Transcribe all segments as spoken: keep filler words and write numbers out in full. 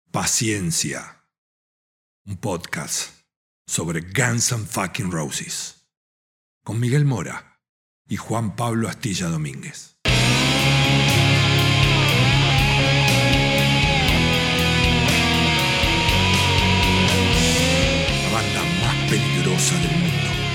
Paciencia, un podcast sobre Guns N' Fucking Roses, con Miguel Mora y Juan Pablo Astilla Domínguez. La banda más peligrosa del mundo.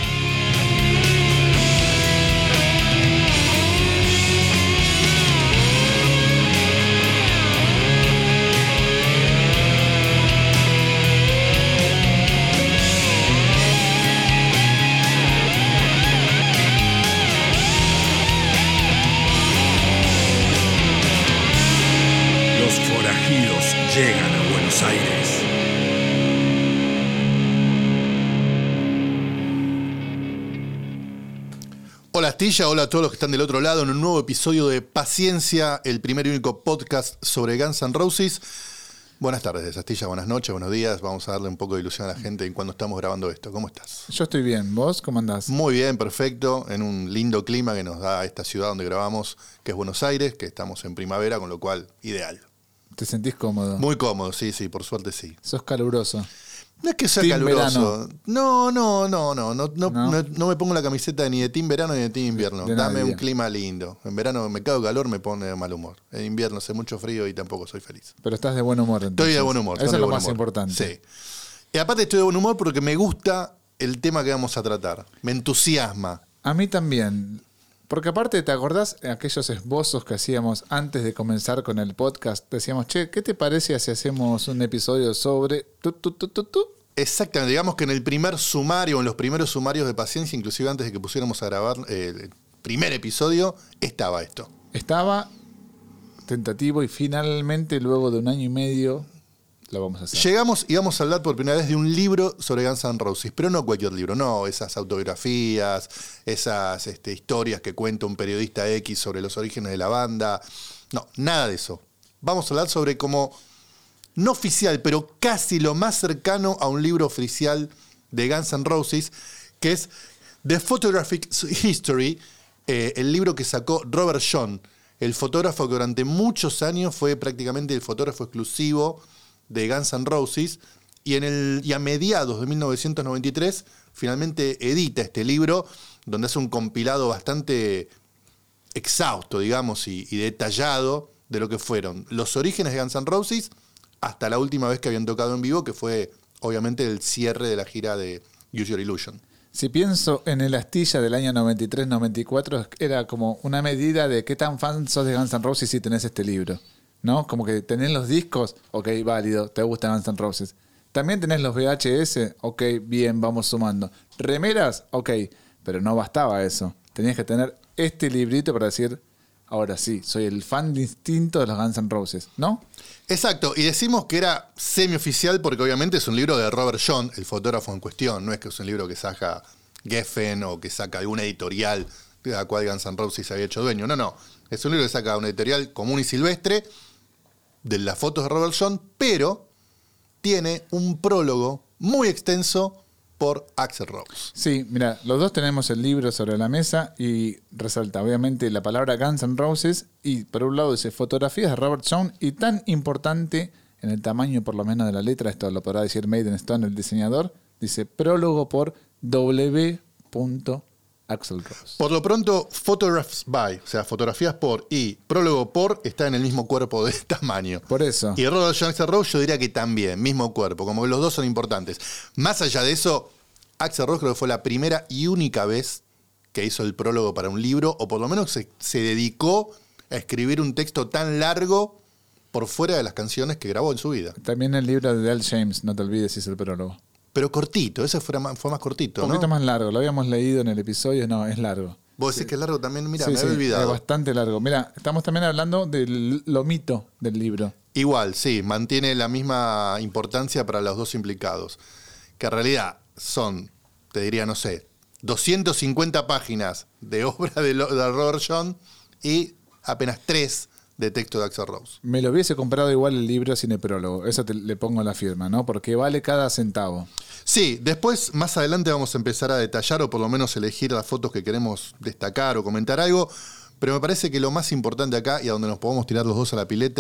Llegan a Buenos Aires. Hola Astilla, hola a todos los que están del otro lado en un nuevo episodio de Paciencia, el primer y único podcast sobre Guns N' Roses. Buenas tardes, Astilla, buenas noches, buenos días. Vamos a darle un poco de ilusión a la gente en cuando estamos grabando esto. ¿Cómo estás? Yo estoy bien, ¿vos cómo andás? Muy bien, perfecto, en un lindo clima que nos da esta ciudad donde grabamos, que es Buenos Aires, que estamos en primavera, con lo cual, ideal. ¿Te sentís cómodo? Muy cómodo, sí, sí, por suerte sí. ¿Sos caluroso? No es que sea Team caluroso. verano. No, no, no, no, no, no, ¿No? no, no me pongo la camiseta ni de team verano ni de team invierno. De Dame nadie. un clima lindo. En verano me cago calor, me pone de mal humor. En invierno hace mucho frío y tampoco soy feliz. Pero estás de buen humor entonces. Estoy de buen humor. Eso estoy es de lo buen más humor. importante. Sí. Y aparte estoy de buen humor porque me gusta el tema que vamos a tratar. Me entusiasma. A mí también. Porque aparte, ¿te acordás aquellos esbozos que hacíamos antes de comenzar con el podcast? Decíamos, che, ¿qué te parece si hacemos un episodio sobre tu, tu, tu, tu, tu? Exactamente, digamos que en el primer sumario, en los primeros sumarios de Paciencia, inclusive antes de que pusiéramos a grabar eh, el primer episodio, estaba esto. Estaba tentativo y finalmente, luego de un año y medio, lo vamos a hacer. Llegamos y vamos a hablar por primera vez de un libro sobre Guns N' Roses, pero no cualquier libro, no esas autobiografías, esas este, historias que cuenta un periodista X sobre los orígenes de la banda, no, nada de eso. Vamos a hablar sobre cómo, no oficial, pero casi lo más cercano a un libro oficial de Guns N' Roses, que es The Photographic History, eh, el libro que sacó Robert John, el fotógrafo que durante muchos años fue prácticamente el fotógrafo exclusivo de Guns N' Roses, y, en el, y a mediados de mil novecientos noventa y tres finalmente edita este libro, donde hace un compilado bastante exhausto, digamos, y, y detallado de lo que fueron los orígenes de Guns N' Roses hasta la última vez que habían tocado en vivo, que fue obviamente el cierre de la gira de Use Your Illusion. Si pienso en el Astilla del año noventa y tres noventa y cuatro, era como una medida de qué tan fan sos de Guns N' Roses si tenés este libro, ¿no? Como que tenés los discos, ok, válido, te gusta Guns N' Roses. También tenés los V H S, ok, bien, vamos sumando. Remeras, ok, pero no bastaba eso. Tenías que tener este librito para decir, ahora sí, soy el fan distinto de los Guns N' Roses, ¿no? Exacto, y decimos que era semioficial porque obviamente es un libro de Robert John, el fotógrafo en cuestión, no es que es un libro que saca Geffen o que saca alguna editorial de la cual Guns N' Roses se había hecho dueño, no, no, es un libro que saca una editorial común y silvestre de las fotos de Robert John, pero tiene un prólogo muy extenso por Axl Rose. Sí, mira, los dos tenemos el libro sobre la mesa y resalta obviamente la palabra Guns N' Roses y por un lado dice fotografías de Robert John y tan importante en el tamaño por lo menos de la letra, esto lo podrá decir Maiden Stone, el diseñador, dice prólogo por W. Axl Rose. Por lo pronto, Photographs by, o sea, fotografías por y prólogo por está en el mismo cuerpo de tamaño. Por eso. Y Robert John Axl Rose yo diría que también, mismo cuerpo, como que los dos son importantes. Más allá de eso, Axl Rose creo que fue la primera y única vez que hizo el prólogo para un libro, o por lo menos se, se dedicó a escribir un texto tan largo por fuera de las canciones que grabó en su vida. También el libro de Al James, no te olvides, es el prólogo. Pero cortito, ese fue más, fue más cortito, Un ¿no? poquito más largo, lo habíamos leído en el episodio, no, es largo. Vos decís que es largo también, mira, Sí, me sí, había olvidado. es bastante largo. Mira, estamos también hablando del lomito del libro. Igual, sí, mantiene la misma importancia para los dos implicados. Que en realidad son, te diría, no sé, doscientas cincuenta páginas de obra de, Lo- de Robert John y apenas tres de texto de Axl Rose. Me lo hubiese comprado igual el libro sin el prólogo. Eso te, le pongo la firma, ¿no? Porque vale cada centavo. Sí, después, más adelante vamos a empezar a detallar o por lo menos elegir las fotos que queremos destacar o comentar algo, pero me parece que lo más importante acá y a donde nos podemos tirar los dos a la pileta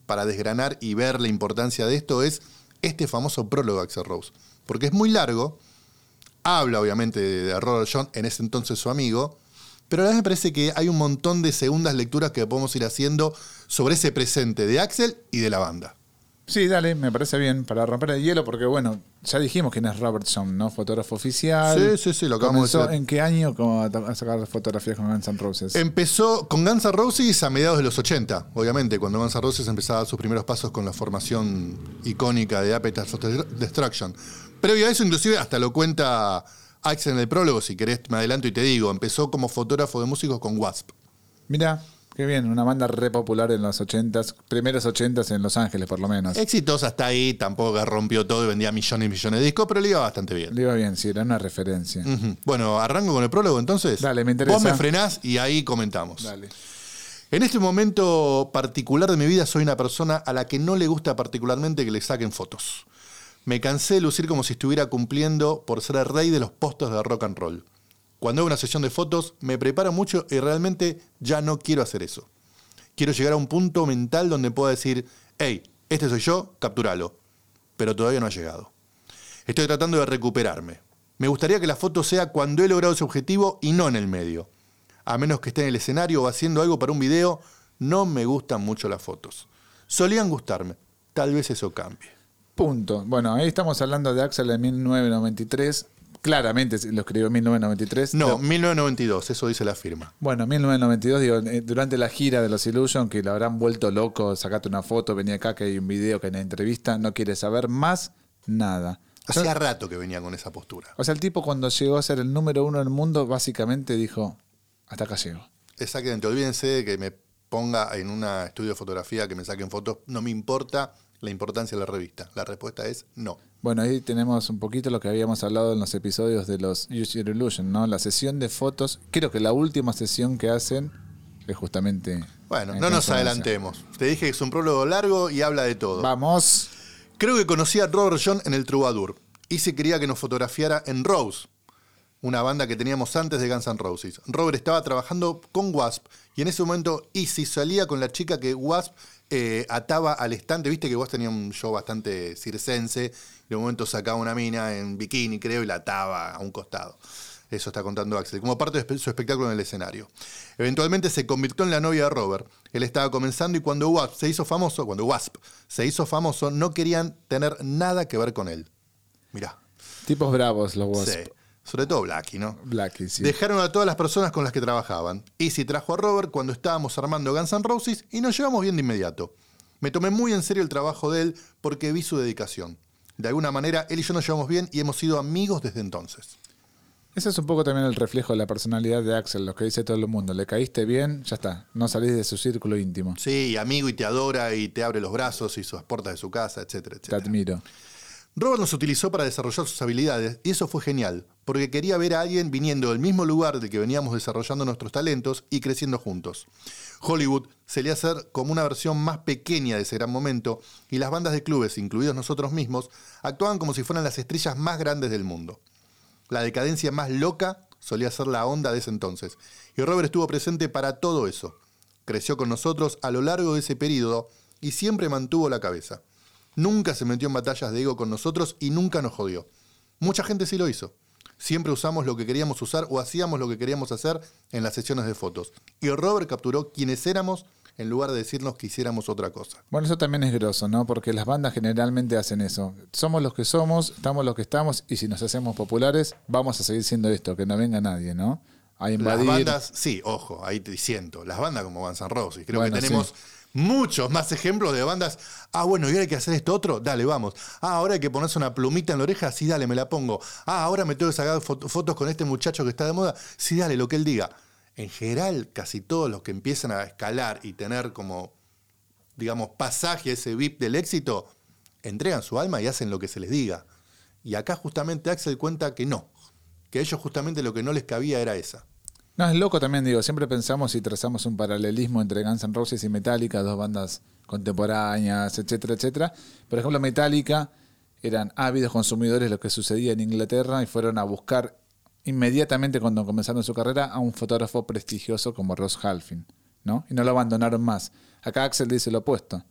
para desgranar y ver la importancia de esto es este famoso prólogo de Axl Rose. Porque es muy largo, habla obviamente de Robert John, en ese entonces su amigo, pero a la vez me parece que hay un montón de segundas lecturas que podemos ir haciendo sobre ese presente de Axl y de la banda. Sí, dale, me parece bien para romper el hielo, porque bueno, ya dijimos quién es Robert John, ¿no? Fotógrafo oficial. Sí, sí, sí, lo acabamos de Comenzó, decir. ¿En qué año como a, a sacar fotografías con Guns N' Roses? Empezó con Guns N' Roses a mediados de los ochenta, obviamente, cuando Guns N' Roses empezaba sus primeros pasos con la formación icónica de Appetite for Destruction. Previo a eso, inclusive, hasta lo cuenta Axl en el prólogo, si querés me adelanto y te digo, empezó como fotógrafo de músicos con Wasp. Mirá, qué bien, una banda re popular en los ochentas, primeros ochentas en Los Ángeles por lo menos. Exitosa hasta ahí, tampoco que rompió todo y vendía millones y millones de discos, pero le iba bastante bien. Le iba bien, sí, era una referencia. Uh-huh. Bueno, arranco con el prólogo entonces. Dale, me interesa. Vos me frenás y ahí comentamos. Dale. En este momento particular de mi vida soy una persona a la que no le gusta particularmente que le saquen fotos. Me cansé de lucir como si estuviera cumpliendo por ser el rey de los postos de rock and roll. Cuando hago una sesión de fotos, me preparo mucho y realmente ya no quiero hacer eso. Quiero llegar a un punto mental donde pueda decir, hey, este soy yo, capturalo. Pero todavía no ha llegado. Estoy tratando de recuperarme. Me gustaría que la foto sea cuando he logrado ese objetivo y no en el medio. A menos que esté en el escenario o haciendo algo para un video, no me gustan mucho las fotos. Solían gustarme. Tal vez eso cambie. Punto. Bueno, ahí estamos hablando de Axl de mil novecientos noventa y tres. Claramente lo escribió en mil novecientos noventa y tres. No, pero, mil novecientos noventa y dos, eso dice la firma. Bueno, mil novecientos noventa y dos, digo, eh, durante la gira de los Illusion, que le habrán vuelto loco, sacate una foto, venía acá, que hay un video, que hay una entrevista, no quiere saber más nada. O sea, Hacía rato que venía con esa postura. o sea, el tipo cuando llegó a ser el número uno del mundo, básicamente dijo, hasta acá llego. Exactamente, olvídense de que me ponga en un estudio de fotografía, que me saquen fotos, no me importa la importancia de la revista. La respuesta es no. Bueno, ahí tenemos un poquito lo que habíamos hablado en los episodios de los Use Your Illusion, ¿no? La sesión de fotos, creo que la última sesión que hacen es justamente... Bueno, en no nos consonancia. adelantemos. Te dije que es un prólogo largo y habla de todo. Vamos. Creo que conocí a Robert John en el Troubadour y se quería que nos fotografiara en Rose, una banda que teníamos antes de Guns N' Roses. Robert estaba trabajando con Wasp y en ese momento Izzy salía con la chica que Wasp eh, ataba al estante. Viste que Wasp tenía un show bastante circense. De momento sacaba una mina en bikini, creo, y la ataba a un costado. Eso está contando Axl, como parte de su espectáculo en el escenario. Eventualmente se convirtió en la novia de Robert. Él estaba comenzando y cuando Wasp se hizo famoso, cuando Wasp se hizo famoso, no querían tener nada que ver con él. Mirá. Tipos bravos los Wasp. Sí. Sobre todo Blackie, ¿no? Blackie, sí. Dejaron a todas las personas con las que trabajaban. Izzy trajo a Robert cuando estábamos armando Guns N' Roses y nos llevamos bien de inmediato. Me tomé muy en serio el trabajo de él porque vi su dedicación. De alguna manera, él y yo nos llevamos bien y hemos sido amigos desde entonces. Ese es un poco también el reflejo de la personalidad de Axl, lo que dice todo el mundo. Le caíste bien, ya está. No salís de su círculo íntimo. Sí, amigo y te adora y te abre los brazos y sus puertas de su casa, etcétera, Te etcétera. admiro. Robert nos utilizó para desarrollar sus habilidades y eso fue genial, porque quería ver a alguien viniendo del mismo lugar del que veníamos desarrollando nuestros talentos y creciendo juntos. Hollywood solía hacer como una versión más pequeña de ese gran momento y las bandas de clubes, incluidos nosotros mismos, actuaban como si fueran las estrellas más grandes del mundo. La decadencia más loca solía ser la onda de ese entonces y Robert estuvo presente para todo eso. Creció con nosotros a lo largo de ese periodo y siempre mantuvo la cabeza. Nunca se metió en batallas de ego con nosotros y nunca nos jodió. Mucha gente sí lo hizo. Siempre usamos lo que queríamos usar o hacíamos lo que queríamos hacer en las sesiones de fotos. Y Robert capturó quienes éramos en lugar de decirnos que hiciéramos otra cosa. Bueno, eso también es grosso, ¿no? Porque las bandas generalmente hacen eso. Somos los que somos, estamos los que estamos, y si nos hacemos populares, vamos a seguir siendo esto, que no venga nadie, ¿no? A invadir. Las bandas, sí, ojo, ahí te siento. Las bandas como Guns N' Roses. Creo Bueno, que tenemos... sí. Muchos más ejemplos de bandas. Ah, bueno, y ahora hay que hacer esto otro. Dale, vamos. Ah, ahora hay que ponerse una plumita en la oreja. Sí, dale, me la pongo. Ah, ahora me tengo que sacar fot- fotos con este muchacho que está de moda. Sí, dale, lo que él diga. En general, casi todos los que empiezan a escalar y tener como, digamos, pasaje a ese V I P del éxito, entregan su alma y hacen lo que se les diga. Y acá justamente Axl cuenta que no. Que a ellos justamente lo que no les cabía era esa. No, es loco también, digo, siempre pensamos y trazamos un paralelismo entre Guns N' Roses y Metallica, dos bandas contemporáneas, etcétera, etcétera. Por ejemplo, Metallica eran ávidos consumidores de lo que sucedía en Inglaterra y fueron a buscar inmediatamente cuando comenzaron su carrera a un fotógrafo prestigioso como Ross Halfin, ¿no? Y no lo abandonaron más. Acá Axl dice lo opuesto.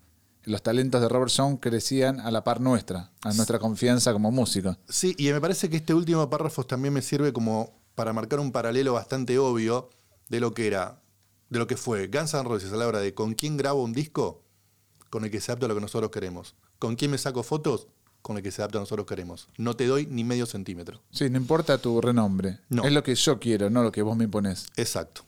los talentos de Robert Young crecían a la par nuestra, a nuestra confianza como músico. Sí, y me parece que este último párrafo también me sirve como para marcar un paralelo bastante obvio de lo que era, de lo que fue Guns N' Roses a la hora de con quién grabo un disco, con el que se adapta a lo que nosotros queremos. ¿Con quién me saco fotos? Con el que se adapta a lo que nosotros queremos. No te doy ni medio centímetro. Sí, no importa tu renombre. No. Es lo que yo quiero, no lo que vos me imponés. Exacto.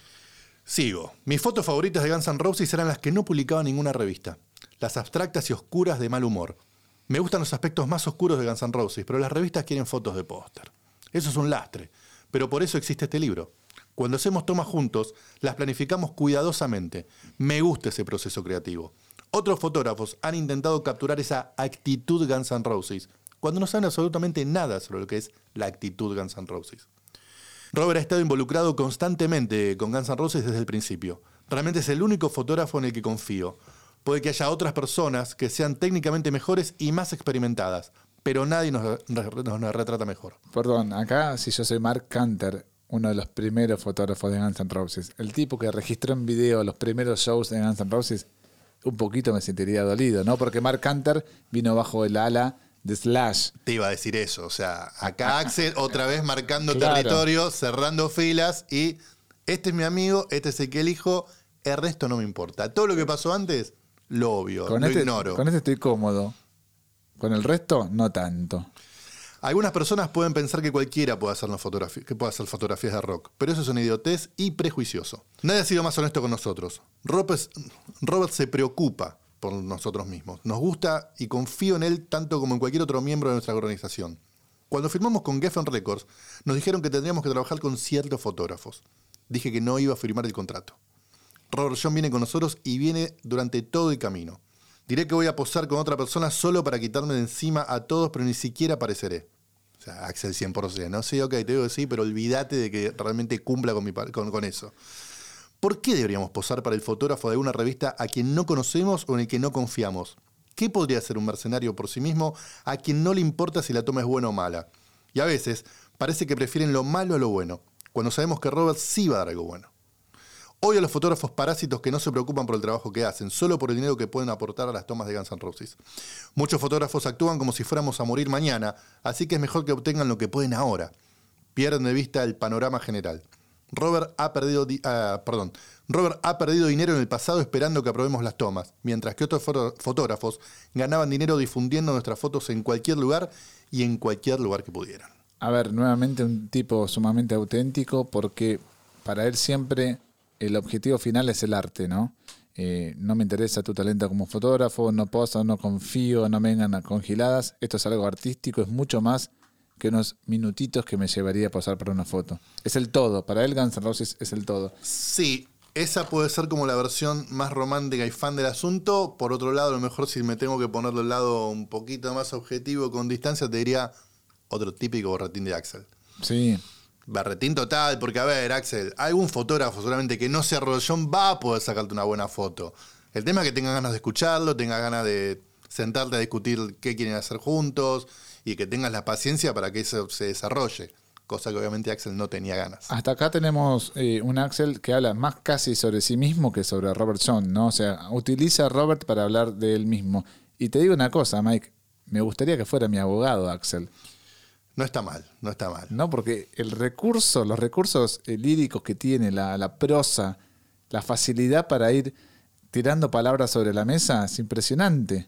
Sigo. Mis fotos favoritas de Guns N' Roses eran las que no publicaba ninguna revista. Las abstractas y oscuras de mal humor. Me gustan los aspectos más oscuros de Guns N' Roses, pero las revistas quieren fotos de póster. Eso es un lastre. Pero por eso existe este libro. Cuando hacemos tomas juntos, las planificamos cuidadosamente. Me gusta ese proceso creativo. Otros fotógrafos han intentado capturar esa actitud Guns N' Roses, cuando no saben absolutamente nada sobre lo que es la actitud Guns N' Roses. Robert ha estado involucrado constantemente con Guns N' Roses desde el principio. Realmente es el único fotógrafo en el que confío. Puede que haya otras personas que sean técnicamente mejores y más experimentadas, pero nadie nos, nos, nos retrata mejor. Perdón, acá si yo soy Mark Canter, uno de los primeros fotógrafos de Guns N' Roses, el tipo que registró en video los primeros shows de Guns N' Roses, un poquito me sentiría dolido, ¿no? Porque Mark Canter vino bajo el ala de Slash. Te iba a decir eso, o sea, acá Axl otra vez marcando Claro. territorio, cerrando filas y este es mi amigo, este es el que elijo, el resto no me importa. Todo lo que pasó antes, lo obvio, Con lo este, ignoro. con este estoy cómodo. Con el resto, no tanto. Algunas personas pueden pensar que cualquiera puede hacer, fotografi- que puede hacer fotografías de rock, pero eso es una idiotez y prejuicioso. Nadie ha sido más honesto con nosotros. Robert, Robert se preocupa por nosotros mismos. Nos gusta y confío en él tanto como en cualquier otro miembro de nuestra organización. Cuando firmamos con Geffen Records, nos dijeron que tendríamos que trabajar con ciertos fotógrafos. Dije que no iba a firmar el contrato. Robert Young viene con nosotros y viene durante todo el camino. Diré que voy a posar con otra persona solo para quitarme de encima a todos, pero ni siquiera apareceré. O sea, Axl cien por ciento, ¿no? Sí, ok, te digo que sí, pero olvídate de que realmente cumpla con, mi, con, con eso. ¿Por qué deberíamos posar para el fotógrafo de una revista a quien no conocemos o en el que no confiamos? ¿Qué podría ser un mercenario por sí mismo a quien no le importa si la toma es buena o mala? Y a veces parece que prefieren lo malo a lo bueno, cuando sabemos que Robert sí va a dar algo bueno. Odio a los fotógrafos parásitos que no se preocupan por el trabajo que hacen, solo por el dinero que pueden aportar a las tomas de Guns N' Roses. Muchos fotógrafos actúan como si fuéramos a morir mañana, así que es mejor que obtengan lo que pueden ahora. Pierden de vista el panorama general. Robert ha perdido, di- uh, perdón, Robert ha perdido dinero en el pasado esperando que aprobemos las tomas, mientras que otros foto- fotógrafos ganaban dinero difundiendo nuestras fotos en cualquier lugar y en cualquier lugar que pudieran. A ver, nuevamente un tipo sumamente auténtico porque para él siempre el objetivo final es el arte, ¿no? Eh, no me interesa tu talento como fotógrafo, no poso, no confío, no me vengan a congiladas. Esto es algo artístico, es mucho más que unos minutitos que me llevaría a posar para una foto. Es el todo, para él Guns N' Roses es el todo. Sí, esa puede ser como la versión más romántica y fan del asunto. Por otro lado, a lo mejor si me tengo que poner del lado un poquito más objetivo con distancia, te diría otro típico borratín de Axl. Sí. Berretín total, porque a ver, Axl, algún fotógrafo solamente que no sea Robert Young va a poder sacarte una buena foto. El tema es que tengas ganas de escucharlo, tengas ganas de sentarte a discutir qué quieren hacer juntos y que tengas la paciencia para que eso se desarrolle. Cosa que obviamente Axl no tenía ganas. Hasta acá tenemos eh, un Axl que habla más casi sobre sí mismo que sobre Robert Young, ¿no? O sea, utiliza a Robert para hablar de él mismo. Y te digo una cosa, Mike, me gustaría que fuera mi abogado, Axl. No está mal, no está mal. No, porque el recurso, los recursos eh, líricos que tiene, la, la prosa, la facilidad para ir tirando palabras sobre la mesa es impresionante.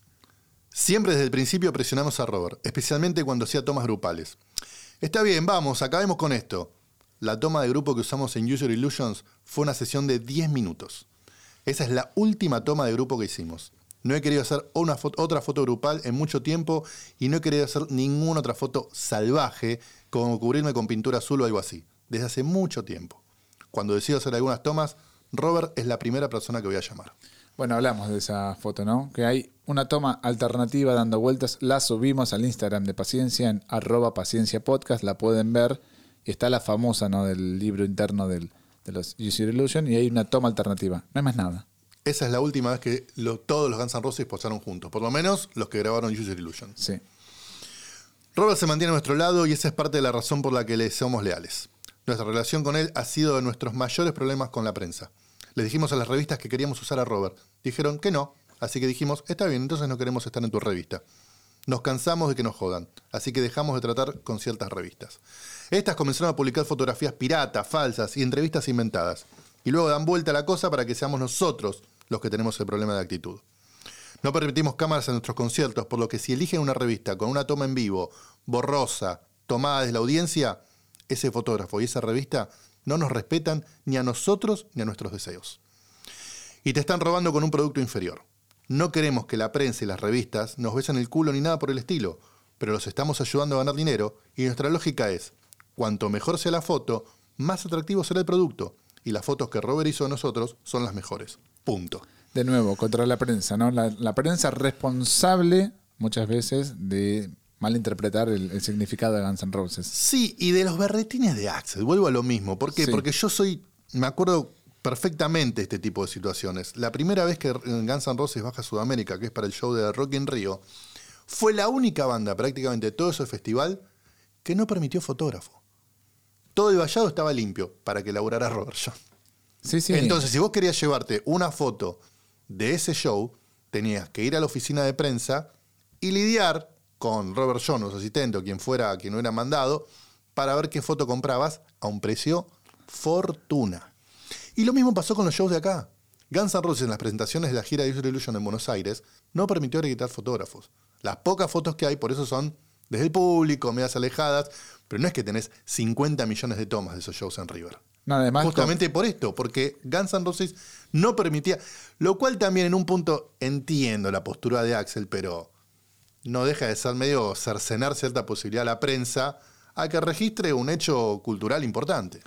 Siempre desde el principio presionamos a Robert, especialmente cuando hacía tomas grupales. Está bien, vamos, acabemos con esto. La toma de grupo que usamos en User Illusions fue una sesión de diez minutos. Esa es la última toma de grupo que hicimos. No he querido hacer una foto, otra foto grupal en mucho tiempo y no he querido hacer ninguna otra foto salvaje como cubrirme con pintura azul o algo así. Desde hace mucho tiempo. Cuando decido hacer algunas tomas, Robert es la primera persona que voy a llamar. Bueno, hablamos de esa foto, ¿no? Que hay una toma alternativa dando vueltas. La subimos al Instagram de Paciencia en arroba Paciencia Podcast. La pueden ver. Y está la famosa, ¿no? Del libro interno del, de los User Illusion. Y hay una toma alternativa. No hay más nada. Esa es la última vez que lo, todos los Guns N' Roses posaron juntos. Por lo menos los que grabaron User Illusion. Sí. Robert se mantiene a nuestro lado y esa es parte de la razón por la que le somos leales. Nuestra relación con él ha sido de nuestros mayores problemas con la prensa. Les dijimos a las revistas que queríamos usar a Robert. Dijeron que no, Así que dijimos, está bien, entonces no queremos estar en tu revista. Nos cansamos de que nos jodan, así que dejamos de tratar con ciertas revistas. Estas comenzaron a publicar fotografías piratas, falsas y entrevistas inventadas. Y luego dan vuelta a la cosa para que seamos nosotros los que tenemos el problema de actitud. No permitimos cámaras en nuestros conciertos, por lo que si eligen una revista con una toma en vivo, borrosa, tomada desde la audiencia, ese fotógrafo y esa revista no nos respetan ni a nosotros ni a nuestros deseos. Y te están robando con un producto inferior. No queremos que la prensa y las revistas nos besen el culo ni nada por el estilo, pero los estamos ayudando a ganar dinero y nuestra lógica es, cuanto mejor sea la foto, más atractivo será el producto. Y las fotos que Robert hizo de nosotros son las mejores. Punto. De nuevo, contra la prensa, ¿no? La, la prensa responsable muchas veces de malinterpretar el, el significado de Guns N' Roses. Sí, y de los berretines de Axl. Vuelvo a lo mismo. ¿Por qué? Sí. Porque yo soy... Me acuerdo perfectamente de este tipo de situaciones. La primera vez que Guns N' Roses baja a Sudamérica, que es para el show de Rock in Rio, fue la única banda prácticamente de todo ese festival que no permitió fotógrafo. Todo el vallado estaba limpio para que laburara Robert John. Sí, sí. Entonces, si vos querías llevarte una foto de ese show, tenías que ir a la oficina de prensa y lidiar con Robert John o su asistente o quien fuera, quien no era mandado, para ver qué foto comprabas a un precio fortuna. Y lo mismo pasó con los shows de acá. Guns N' Roses en las presentaciones de la gira de Use Your Illusion en Buenos Aires no permitió requitar fotógrafos. Las pocas fotos que hay, por eso son desde el público, medias alejadas, pero no es que tenés cincuenta millones de tomas de esos shows en River. No, además, Justamente por esto, porque Guns N' Roses no permitía, lo cual también en un punto entiendo la postura de Axl, pero no deja de ser medio cercenar cierta posibilidad a la prensa a que registre un hecho cultural importante.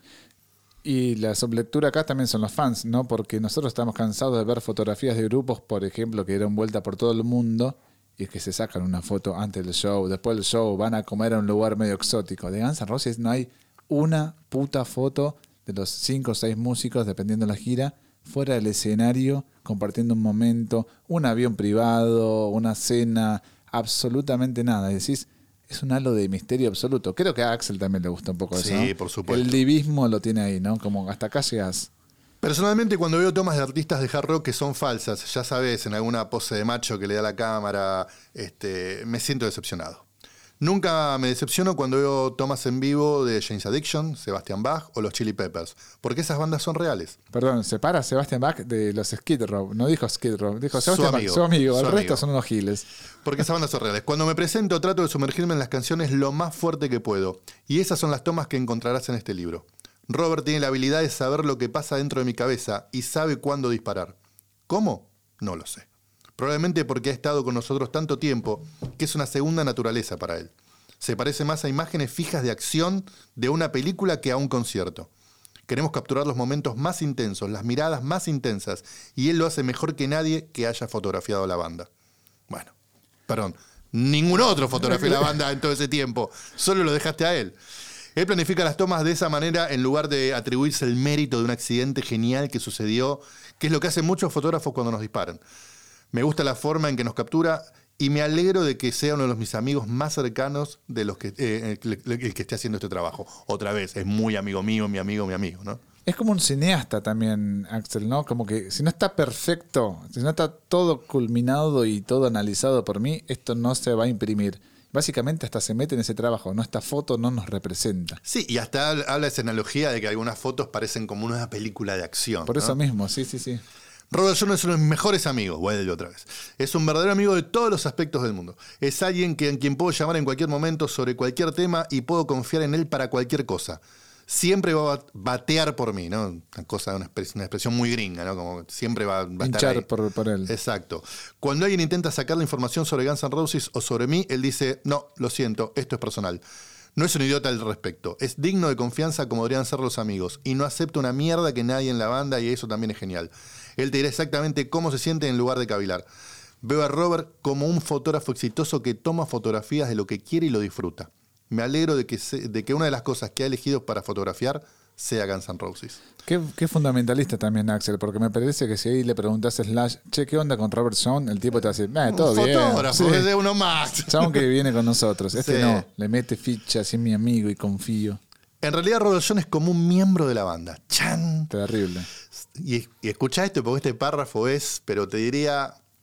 y la sublectura acá también son los fans, ¿no? Porque nosotros estamos cansados de ver fotografías de grupos, por ejemplo, que dieron vuelta por todo el mundo y es que se sacan una foto antes del show, después del show van a comer a un lugar medio exótico. De Guns N' Roses no hay una puta foto de los cinco o seis músicos, dependiendo de la gira, fuera del escenario, compartiendo un momento, un avión privado, una cena, absolutamente nada. Y decís, es un halo de misterio absoluto. Creo que a Axl también le gusta un poco Sí, eso, ¿no? por supuesto. El divismo lo tiene ahí, ¿no? Como hasta acá llegas. Personalmente, cuando veo tomas de artistas de hard rock que son falsas, ya sabes, en alguna pose de macho que le da la cámara, este, me siento decepcionado. Nunca me decepciono cuando veo tomas en vivo de Jane's Addiction, Sebastian Bach o los Chili Peppers, porque esas bandas son reales. Perdón, separa a Sebastian Bach de los Skid Row. No dijo Skid Row, dijo Su Sebastian amigo, Bach, su amigo. su El amigo. resto son unos giles. Porque esas bandas son reales. Cuando me presento, trato de sumergirme en las canciones lo más fuerte que puedo. Y esas son las tomas que encontrarás en este libro. Robert tiene la habilidad de saber lo que pasa dentro de mi cabeza y sabe cuándo disparar. ¿Cómo? No lo sé. Probablemente porque ha estado con nosotros tanto tiempo que es una segunda naturaleza para él. Se parece más a imágenes fijas de acción de una película que a un concierto. Queremos capturar los momentos más intensos, las miradas más intensas, y él lo hace mejor que nadie que haya fotografiado a la banda. Bueno, perdón, ningún otro fotografió la banda en todo ese tiempo, solo lo dejaste a él. Él planifica las tomas de esa manera en lugar de atribuirse el mérito de un accidente genial que sucedió, que es lo que hacen muchos fotógrafos cuando nos disparan. Me gusta la forma en que nos captura y me alegro de que sea uno de los mis amigos más cercanos de los que, eh, el, el que esté haciendo este trabajo. Otra vez, es muy amigo mío, mi amigo, mi amigo, ¿no? Es como un cineasta también, Axl, ¿no? Como que si no está perfecto, si no está todo culminado y todo analizado por mí, esto no se va a imprimir. Básicamente hasta se mete en ese trabajo, ¿no? Esta foto no nos representa. Sí, y hasta habla esa analogía de que algunas fotos parecen como una película de acción. Por ¿no? eso mismo, sí, sí, sí. Robert John es uno de mis mejores amigos, vuelve otra vez. Es un verdadero amigo de todos los aspectos del mundo. Es alguien que, en quien puedo llamar en cualquier momento sobre cualquier tema y puedo confiar en él para cualquier cosa. Siempre va a batear por mí, ¿no? Una cosa, una, expres- una expresión muy gringa, ¿no? Como siempre va, va a estar Hinchar ahí. por, por él. Exacto. Cuando alguien intenta sacar la información sobre Guns N' Roses o sobre mí, él dice, no, lo siento, esto es personal. No es un idiota al respecto. Es digno de confianza como deberían ser los amigos. Y no acepta una mierda que nadie en la banda y eso también es genial. Él te dirá exactamente cómo se siente en lugar de cavilar. Veo a Robert como un fotógrafo exitoso que toma fotografías de lo que quiere y lo disfruta. Me alegro de que, se, de que una de las cosas que ha elegido para fotografiar sea Guns N' Roses. Qué, qué fundamentalista también, Axl, porque me parece que si ahí le preguntas a Slash, che, ¿qué onda con Robert John? El tipo te va a decir, eh, todo un bien. fotógrafo, Sí. es de uno más. Chabón que viene con nosotros. Este Sí. no, le mete ficha, así es mi amigo y confío. En realidad Robert John es como un miembro de la banda. ¡Chan! Terrible. Y, y escucha esto porque este párrafo es, pero te diría,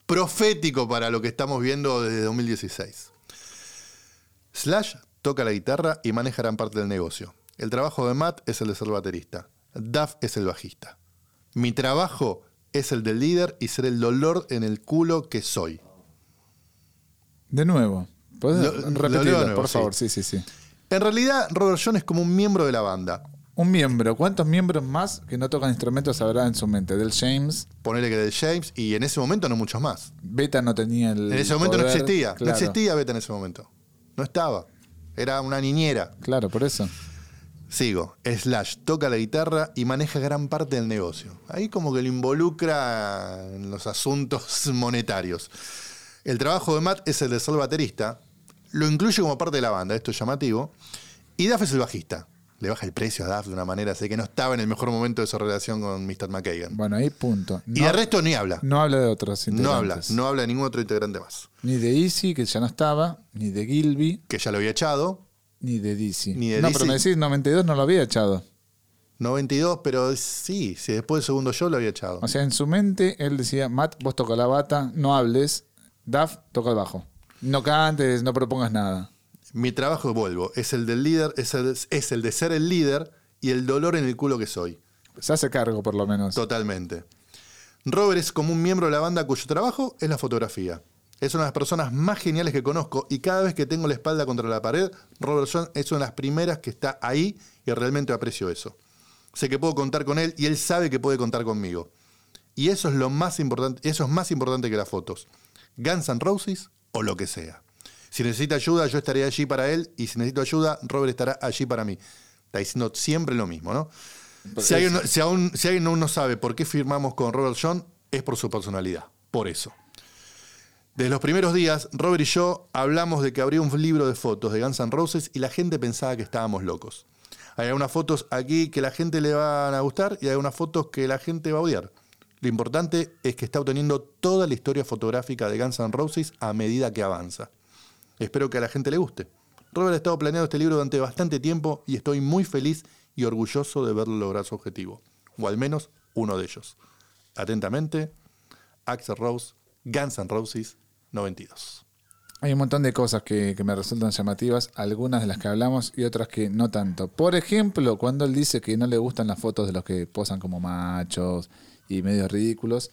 profético para lo que estamos viendo desde dos mil dieciséis. Slash toca la guitarra y maneja gran parte del negocio. El trabajo de Matt es el de ser baterista. Duff es el bajista. Mi trabajo es el del líder y ser el dolor en el culo que soy. De nuevo. ¿Puedes Lo- repetirlo, lo leo de nuevo, por favor? sí. Sí, sí, sí. En realidad, Robert John es como un miembro de la banda. Un miembro. ¿Cuántos miembros más que no tocan instrumentos habrá en su mente? Del James. Ponele que de James, y en ese momento no muchos más. Beta no tenía el. En ese momento poder. no existía. Claro, No existía Beta en ese momento. No estaba. Era una niñera. Claro, por eso. Sigo. Slash toca la guitarra y maneja gran parte del negocio. Ahí como que lo involucra en los asuntos monetarios. El trabajo de Matt es el de ser baterista. Lo incluye como parte de la banda. Esto es llamativo. Y Duff es el bajista. Le baja el precio a Duff de una manera. Así que no estaba en el mejor momento de su relación con mister McKagan. Bueno, ahí punto. y No, de resto ni habla. no habla de otros No habla. integrantes. No habla de ningún otro integrante más. Ni de Easy, que ya no estaba, ni de Gilby, Que ya lo había echado. ni de Dizzy. Ni de no, Dizzy. pero me decís noventa y dos no lo había echado. noventa y dos, pero sí, si después del segundo show lo había echado. O sea, en su mente él decía, Matt, vos toca la bata, no hables. Duff, toca el bajo. No cantes, no propongas nada. Mi trabajo, vuelvo, es el del líder, es el, es el de ser el líder y el dolor en el culo que soy. Se hace cargo, por lo menos. Totalmente. Robert es como un miembro de la banda cuyo trabajo es la fotografía. Es una de las personas más geniales que conozco y cada vez que tengo la espalda contra la pared, Robert John es una de las primeras que está ahí y realmente aprecio eso. Sé que puedo contar con él y él sabe que puede contar conmigo. Y eso es lo más importante, eso es más importante que las fotos. Guns N' Roses o lo que sea. Si necesita ayuda, yo estaré allí para él y si necesito ayuda, Robert estará allí para mí. Está diciendo siempre lo mismo, ¿no? Si alguien, no- si, aún, si alguien aún no sabe por qué firmamos con Robert John, es por su personalidad. Por eso. Desde los primeros días, Robert y yo hablamos de que habría un libro de fotos de Guns N' Roses y la gente pensaba que estábamos locos. Hay algunas fotos aquí que la gente le van a gustar y hay algunas fotos que la gente va a odiar. Lo importante es que está obteniendo toda la historia fotográfica de Guns N' Roses a medida que avanza. Espero que a la gente le guste. Robert ha estado planeando este libro durante bastante tiempo y estoy muy feliz y orgulloso de verlo lograr su objetivo. O al menos uno de ellos. Atentamente, Axl Rose, Guns N' Roses, noventa y dos. Hay un montón de cosas que, que me resultan llamativas, algunas de las que hablamos y otras que no tanto. Por ejemplo, cuando él dice que no le gustan las fotos de los que posan como machos y medios ridículos,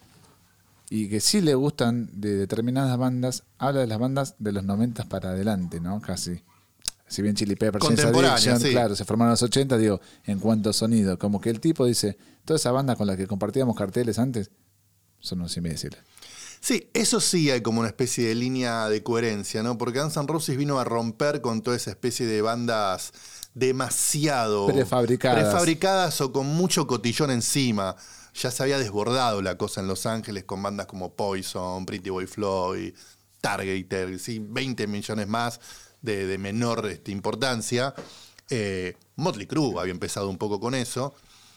y que sí le gustan de determinadas bandas, habla de las bandas de los noventa para adelante, ¿no? Casi. Si bien Chili Peppers, James Contemporáneas, Addiction, sí. claro, se formaron en los ochenta, digo, en cuanto a sonido, como que el tipo dice, toda esa banda con la que compartíamos carteles antes, son unos imbéciles. Sí, eso sí hay como una especie de línea de coherencia, ¿no? Porque Guns N' Roses vino a romper con toda esa especie de bandas demasiado Prefabricadas. prefabricadas o con mucho cotillón encima. Ya se había desbordado la cosa en Los Ángeles con bandas como Poison, Pretty Boy Floyd, Targeter, sí, veinte millones más de, de menor este, importancia. Eh, Motley Crue había empezado un poco con eso.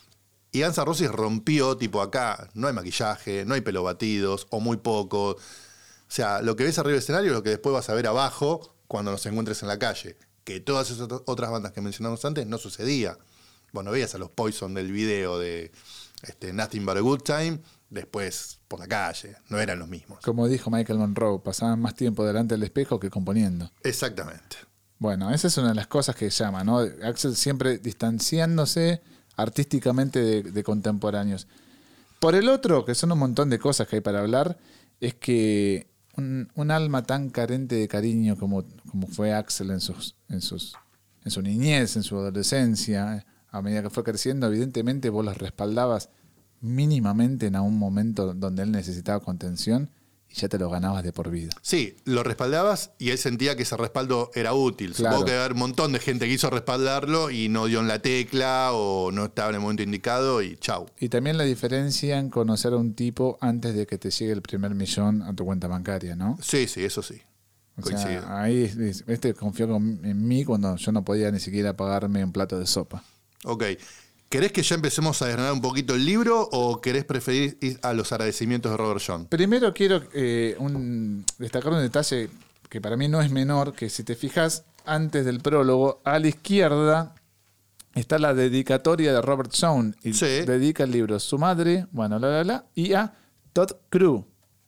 Y Guns N' Roses rompió, tipo acá, no hay maquillaje, no hay pelo batidos, o muy poco. O sea, lo que ves arriba del escenario es lo que después vas a ver abajo cuando nos encuentres en la calle. Que todas esas otras bandas que mencionamos antes no sucedía. Bueno, veías a los Poison del video de este, Nothing But a Good Time, después por la calle, no eran los mismos. Como dijo Michael Monroe, pasaban más tiempo delante del espejo que componiendo. Exactamente. Bueno, esa es una de las cosas que llama, ¿no? Axl siempre distanciándose artísticamente de, de contemporáneos. Por el otro, que son un montón de cosas que hay para hablar, es que un, un alma tan carente de cariño como, como fue Axl en, sus, en, sus, en su niñez, en su adolescencia, a medida que fue creciendo, evidentemente vos los respaldabas mínimamente en algún momento donde él necesitaba contención y ya te lo ganabas de por vida. Sí, lo respaldabas y él sentía que ese respaldo era útil. Claro. Supongo que había un montón de gente que quiso respaldarlo y no dio en la tecla o no estaba en el momento indicado y chau. Y también la diferencia en conocer a un tipo antes de que te llegue el primer millón a tu cuenta bancaria, ¿no? Sí, sí, eso sí. O Coincido. sea, ahí es- es- este confió con- en mí cuando yo no podía ni siquiera pagarme un plato de sopa. Ok. ¿Querés que ya empecemos a desgranar un poquito el libro o querés preferir ir a los agradecimientos de Robert John? Primero quiero eh, un- destacar un detalle que para mí no es menor, que si te fijas antes del prólogo, a la izquierda está la dedicatoria de Robert John. Y Sí. dedica el libro a su madre, bueno, la, la, la, y a Todd Crew.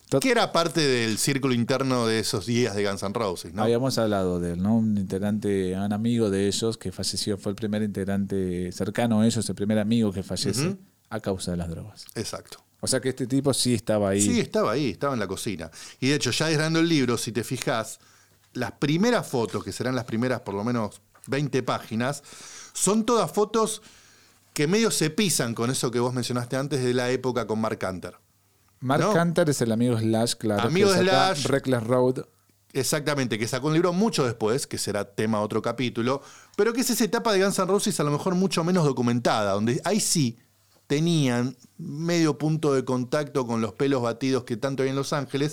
Tot- que era parte del círculo interno de esos días de Guns N' Roses, ¿no? Habíamos hablado de él, ¿no? Un integrante, un amigo de ellos que falleció, fue el primer integrante cercano a ellos, el primer amigo que fallece Ujú. a causa de las drogas. Exacto. O sea que este tipo sí estaba ahí. Sí, estaba ahí, estaba en la cocina. Y de hecho, ya desgranando el libro, si te fijas, las primeras fotos, que serán las primeras por lo menos veinte páginas, son todas fotos que medio se pisan con eso que vos mencionaste antes de la época con Mark Hunter. Mark ¿no? Hunter es el amigo Slash, claro. Amigo que de saca Slash. Reckless Road. Exactamente, que sacó un libro mucho después, que será tema de otro capítulo, pero que es esa etapa de Guns N' Roses a lo mejor mucho menos documentada, donde ahí sí tenían medio punto de contacto con los pelos batidos que tanto hay en Los Ángeles,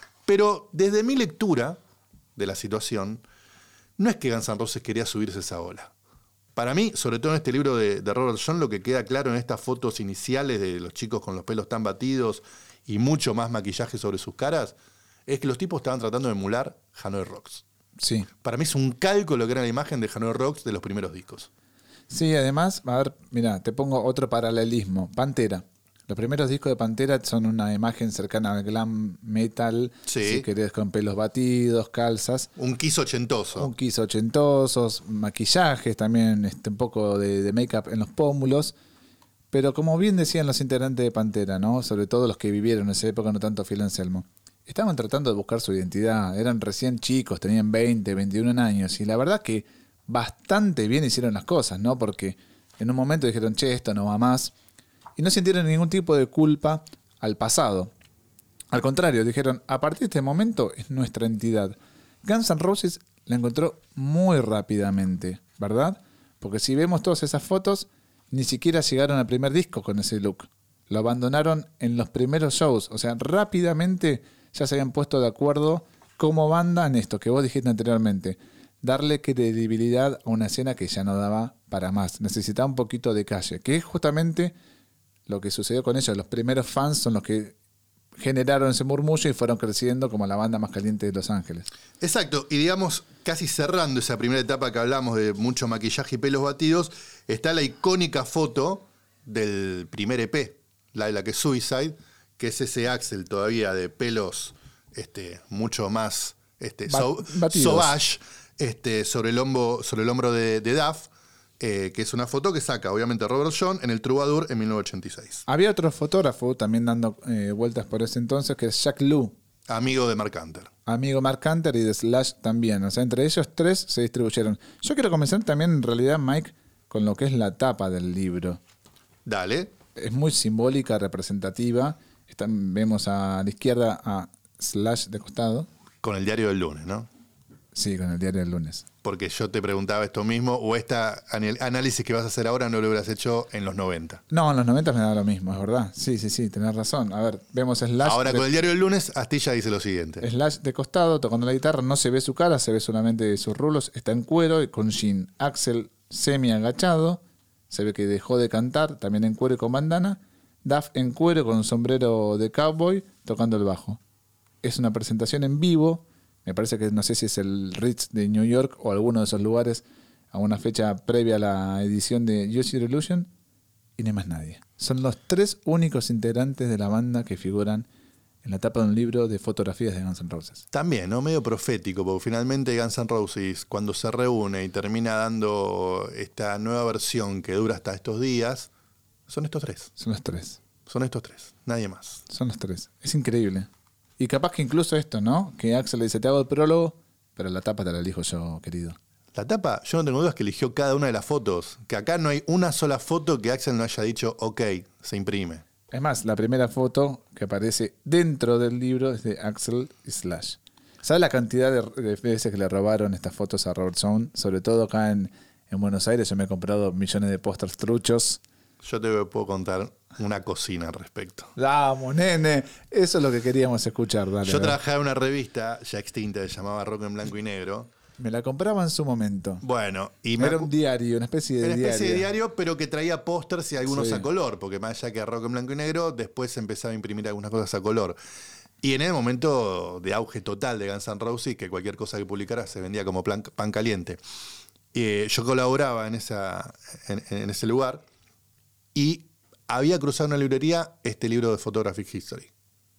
pero desde mi lectura de la situación, no es que Guns N' Roses quería subirse a esa ola. Para mí, sobre todo en este libro de, de Robert John, lo que queda claro en estas fotos iniciales de los chicos con los pelos tan batidos y mucho más maquillaje sobre sus caras, es que los tipos estaban tratando de emular Hanoi Rocks. Sí. Para mí es un calco lo que era la imagen de Hanoi Rocks de los primeros discos. Sí, además, a ver, mira, te pongo otro paralelismo. Pantera. Los primeros discos de Pantera son una imagen cercana al glam metal, Sí. si querés, con pelos batidos, calzas. Un kiss ochentoso. Un kiss ochentosos, maquillajes también, este, un poco de, de make-up en los pómulos. Pero como bien decían los integrantes de Pantera, ¿no? Sobre todo los que vivieron en esa época, no tanto Phil Anselmo, estaban tratando de buscar su identidad. Eran recién chicos, tenían veinte, veintiún años. Y la verdad que bastante bien hicieron las cosas, ¿no? Porque en un momento dijeron, che, esto no va más. Y no sintieron ningún tipo de culpa al pasado. Al contrario, dijeron, a partir de este momento es nuestra entidad. Guns N' Roses la encontró muy rápidamente, ¿verdad? Porque si vemos todas esas fotos, ni siquiera llegaron al primer disco con ese look. Lo abandonaron en los primeros shows. O sea, rápidamente ya se habían puesto de acuerdo como banda en esto que vos dijiste anteriormente. Darle credibilidad a una escena que ya no daba para más. Necesitaba un poquito de calle, que es justamente lo que sucedió con ellos. Los primeros fans son los que generaron ese murmullo y fueron creciendo como la banda más caliente de Los Ángeles. Exacto, y digamos, casi cerrando esa primera etapa que hablamos de mucho maquillaje y pelos batidos, está la icónica foto del primer E P, la de la que es Suicide, que es ese Axl todavía de pelos este, mucho más este, Ba- so- batidos. sauvage este, sobre, el hombro, sobre el hombro de, de Duff, eh, que es una foto que saca obviamente Robert John en el Troubadour en mil novecientos ochenta y seis. Había otro fotógrafo también dando eh, vueltas por ese entonces, que es Jack Lou, Amigo de Mark Hunter. amigo Mark Hunter y de Slash también. O sea, entre ellos tres se distribuyeron. Yo quiero comenzar también, en realidad, Mike, con lo que es la tapa del libro. Dale. Es muy simbólica, representativa. Están, vemos a la izquierda a Slash de costado. Con el diario del lunes, ¿no? Sí, con el diario del lunes. Porque yo te preguntaba esto mismo, o este análisis que vas a hacer ahora no lo hubieras hecho en los noventa. No, en los noventa me da lo mismo, es verdad. Sí, sí, sí, tenés razón. A ver, vemos a Slash. Ahora de, con el diario del lunes, Astilla dice lo siguiente. Slash de costado, tocando la guitarra. No se ve su cara, se ve solamente sus rulos. Está en cuero y con jean. Axel semi agachado. Se ve que dejó de cantar, también en cuero y con bandana. Duff en cuero con un sombrero de cowboy, tocando el bajo. Es una presentación en vivo. Me parece que no sé si es el Ritz de New York o alguno de esos lugares a una fecha previa a la edición de Use Your Illusion, y no hay más nadie. Son los tres únicos integrantes de la banda que figuran en la tapa de un libro de fotografías de Guns N' Roses. También, ¿no? Medio profético, porque finalmente Guns N' Roses, cuando se reúne y termina dando esta nueva versión que dura hasta estos días, son estos tres. Son los tres. Son estos tres, nadie más. Son los tres. Es increíble. Y capaz que incluso esto, ¿no? Que Axel le dice, te hago el prólogo, pero la tapa te la elijo yo, querido. La tapa, yo no tengo dudas que eligió cada una de las fotos. Que acá no hay una sola foto que Axel no haya dicho, ok, se imprime. Es más, la primera foto que aparece dentro del libro es de Axel y Slash. ¿Sabes la cantidad de, de veces que le robaron estas fotos a Robert Zone? Sobre todo acá en, en Buenos Aires. Yo me he comprado millones de pósters truchos. Yo te puedo contar una cocina al respecto. Vamos, nene. Eso es lo que queríamos escuchar. Dale, Yo dale. trabajaba en una revista ya extinta que se llamaba Rock en Blanco y Negro. Me la compraba en su momento. Bueno, y me Era acu- un diario, una especie de Una especie diario. de diario, pero que traía pósters y algunos Sí. a color, porque más allá que a rock en blanco y negro, después se empezaba a imprimir algunas cosas a color. Y en el momento de auge total de Guns N' Roses, que cualquier cosa que publicara se vendía como plan- pan caliente. Eh, yo colaboraba en, esa, en, en ese lugar y había cruzado en una librería este libro de Photographic History.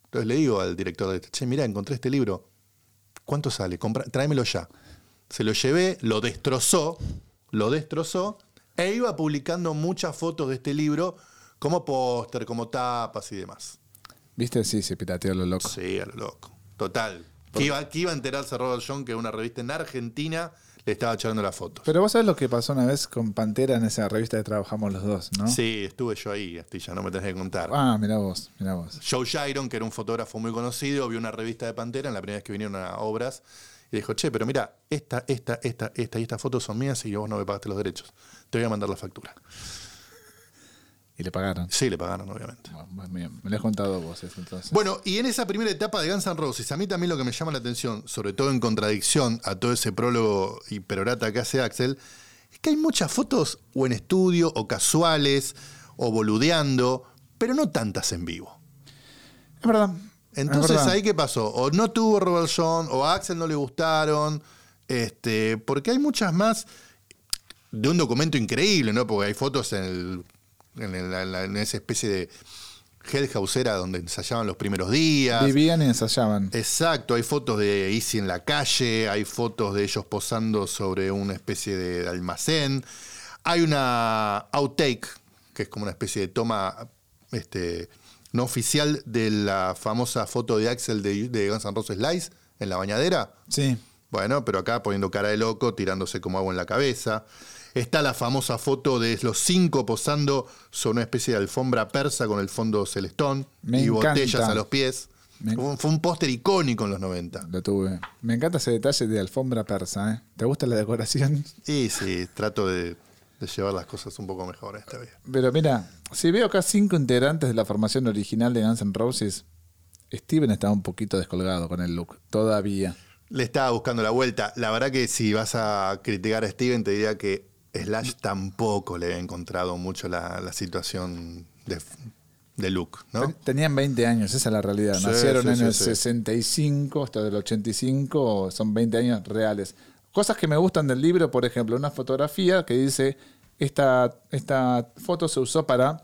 Entonces le digo al director de che, mirá, encontré este libro. ¿Cuánto sale? Compra, tráemelo ya. Se lo llevé, lo destrozó, lo destrozó, e iba publicando muchas fotos de este libro como póster, como tapas y demás. ¿Viste? Sí, se pirateó a lo loco. Sí, a lo loco. Total. Que iba, que iba a enterarse Robert John que una revista en Argentina le estaba echando las fotos. Pero vos sabés lo que pasó una vez con Pantera en esa revista que trabajamos los dos, ¿no? Sí, estuve yo ahí, Astilla, no me tenés que contar. Ah, mirá vos, mirá vos. Joe Giron, que era un fotógrafo muy conocido, vio una revista de Pantera en la primera vez que vinieron a obras y dijo, che, pero mira, esta, esta, esta, esta y estas fotos son mías y vos no me pagaste los derechos. Te voy a mandar la factura. ¿Y le pagaron? Sí, le pagaron, obviamente. Bueno, bien, me lo has contado vos eso, entonces. Bueno, y en esa primera etapa de Guns N' Roses, a mí también lo que me llama la atención, sobre todo en contradicción a todo ese prólogo y perorata que hace Axl, es que hay muchas fotos o en estudio, o casuales, o boludeando, pero no tantas en vivo. Es verdad. Entonces, es verdad. ¿ahí qué pasó? O no tuvo Robert John, o a Axl no le gustaron, este, porque hay muchas más de un documento increíble, ¿no? Porque hay fotos en el... En, el, en, la, en esa especie de Hellhousera donde ensayaban los primeros días. Vivían y ensayaban. Exacto, hay fotos de Easy en la calle, hay fotos de ellos posando sobre una especie de almacén. Hay una outtake, que es como una especie de toma este, no oficial de la famosa foto de Axl de, de Guns N' Roses Live en la bañadera. Sí. Bueno, pero acá poniendo cara de loco, tirándose como agua en la cabeza. Está la famosa foto de los cinco posando sobre una especie de alfombra persa con el fondo celestón Me y encanta. botellas a los pies. Me- Fue un, fue un póster icónico en los noventa. Lo tuve. Me encanta ese detalle de alfombra persa, ¿eh? ¿Te gusta la decoración? Y sí, trato de, de llevar las cosas un poco mejor esta vez. Pero mira, si veo acá cinco integrantes de la formación original de Guns N' Roses, Steven está un poquito descolgado con el look, todavía. Le estaba buscando la vuelta. La verdad que si vas a criticar a Steven, te diría que Slash tampoco le ha encontrado mucho la, la situación de, de look, ¿no? Ten- Tenían veinte años, esa es la realidad. Sí, Nacieron sí, en sí, el sí. sesenta y cinco hasta el ochenta y cinco, son veinte años reales. Cosas que me gustan del libro, por ejemplo, una fotografía que dice, esta, esta foto se usó para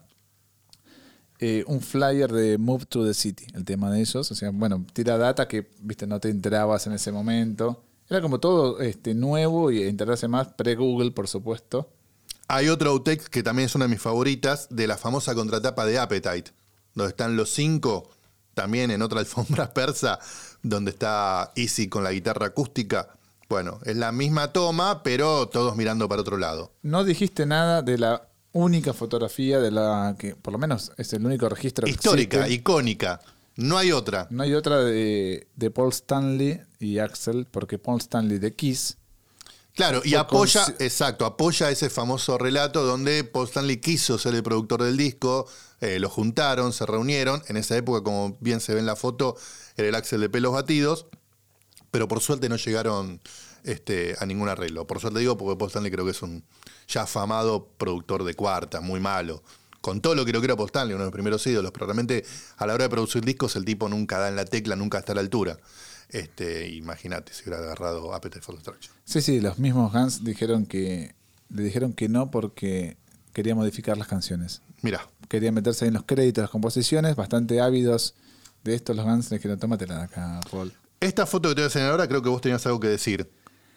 eh, un flyer de Move to the City, el tema de ellos. O sea, bueno, tira data que, viste, no te enterabas en ese momento. Era como todo este, nuevo y enterarse más, pre-Google, por supuesto. Hay otro outtake que también es una de mis favoritas, de la famosa contratapa de Appetite, donde están los cinco, también en otra alfombra persa, donde está Easy con la guitarra acústica. Bueno, es la misma toma, pero todos mirando para otro lado. No dijiste nada de la única fotografía de la que, por lo menos, es el único registro que Histórica, existe. icónica. No hay otra. No hay otra de, de Paul Stanley y Axl, porque Paul Stanley de Kiss. Claro, y Fue apoya, con- exacto, apoya ese famoso relato donde Paul Stanley quiso ser el productor del disco, eh, lo juntaron, se reunieron. En esa época, como bien se ve en la foto, era el Axl de pelos batidos, pero por suerte no llegaron este, a ningún arreglo. Por suerte digo, porque Paul Stanley creo que es un ya afamado productor de cuarta, muy malo. Con todo lo que lo que era Paul Stanley, uno de los primeros ídolos, pero realmente a la hora de producir discos el tipo nunca da en la tecla, nunca está a la altura. Este, imagínate si hubiera agarrado Appetite for Destruction. Sí, sí, los mismos Guns dijeron que le dijeron que no porque quería modificar las canciones. Mirá, Quería meterse en los créditos, las composiciones, bastante ávidos de esto. Los Guns le dijeron, tómatela de acá, Paul. esta foto que te voy a enseñar ahora creo que vos tenías algo que decir.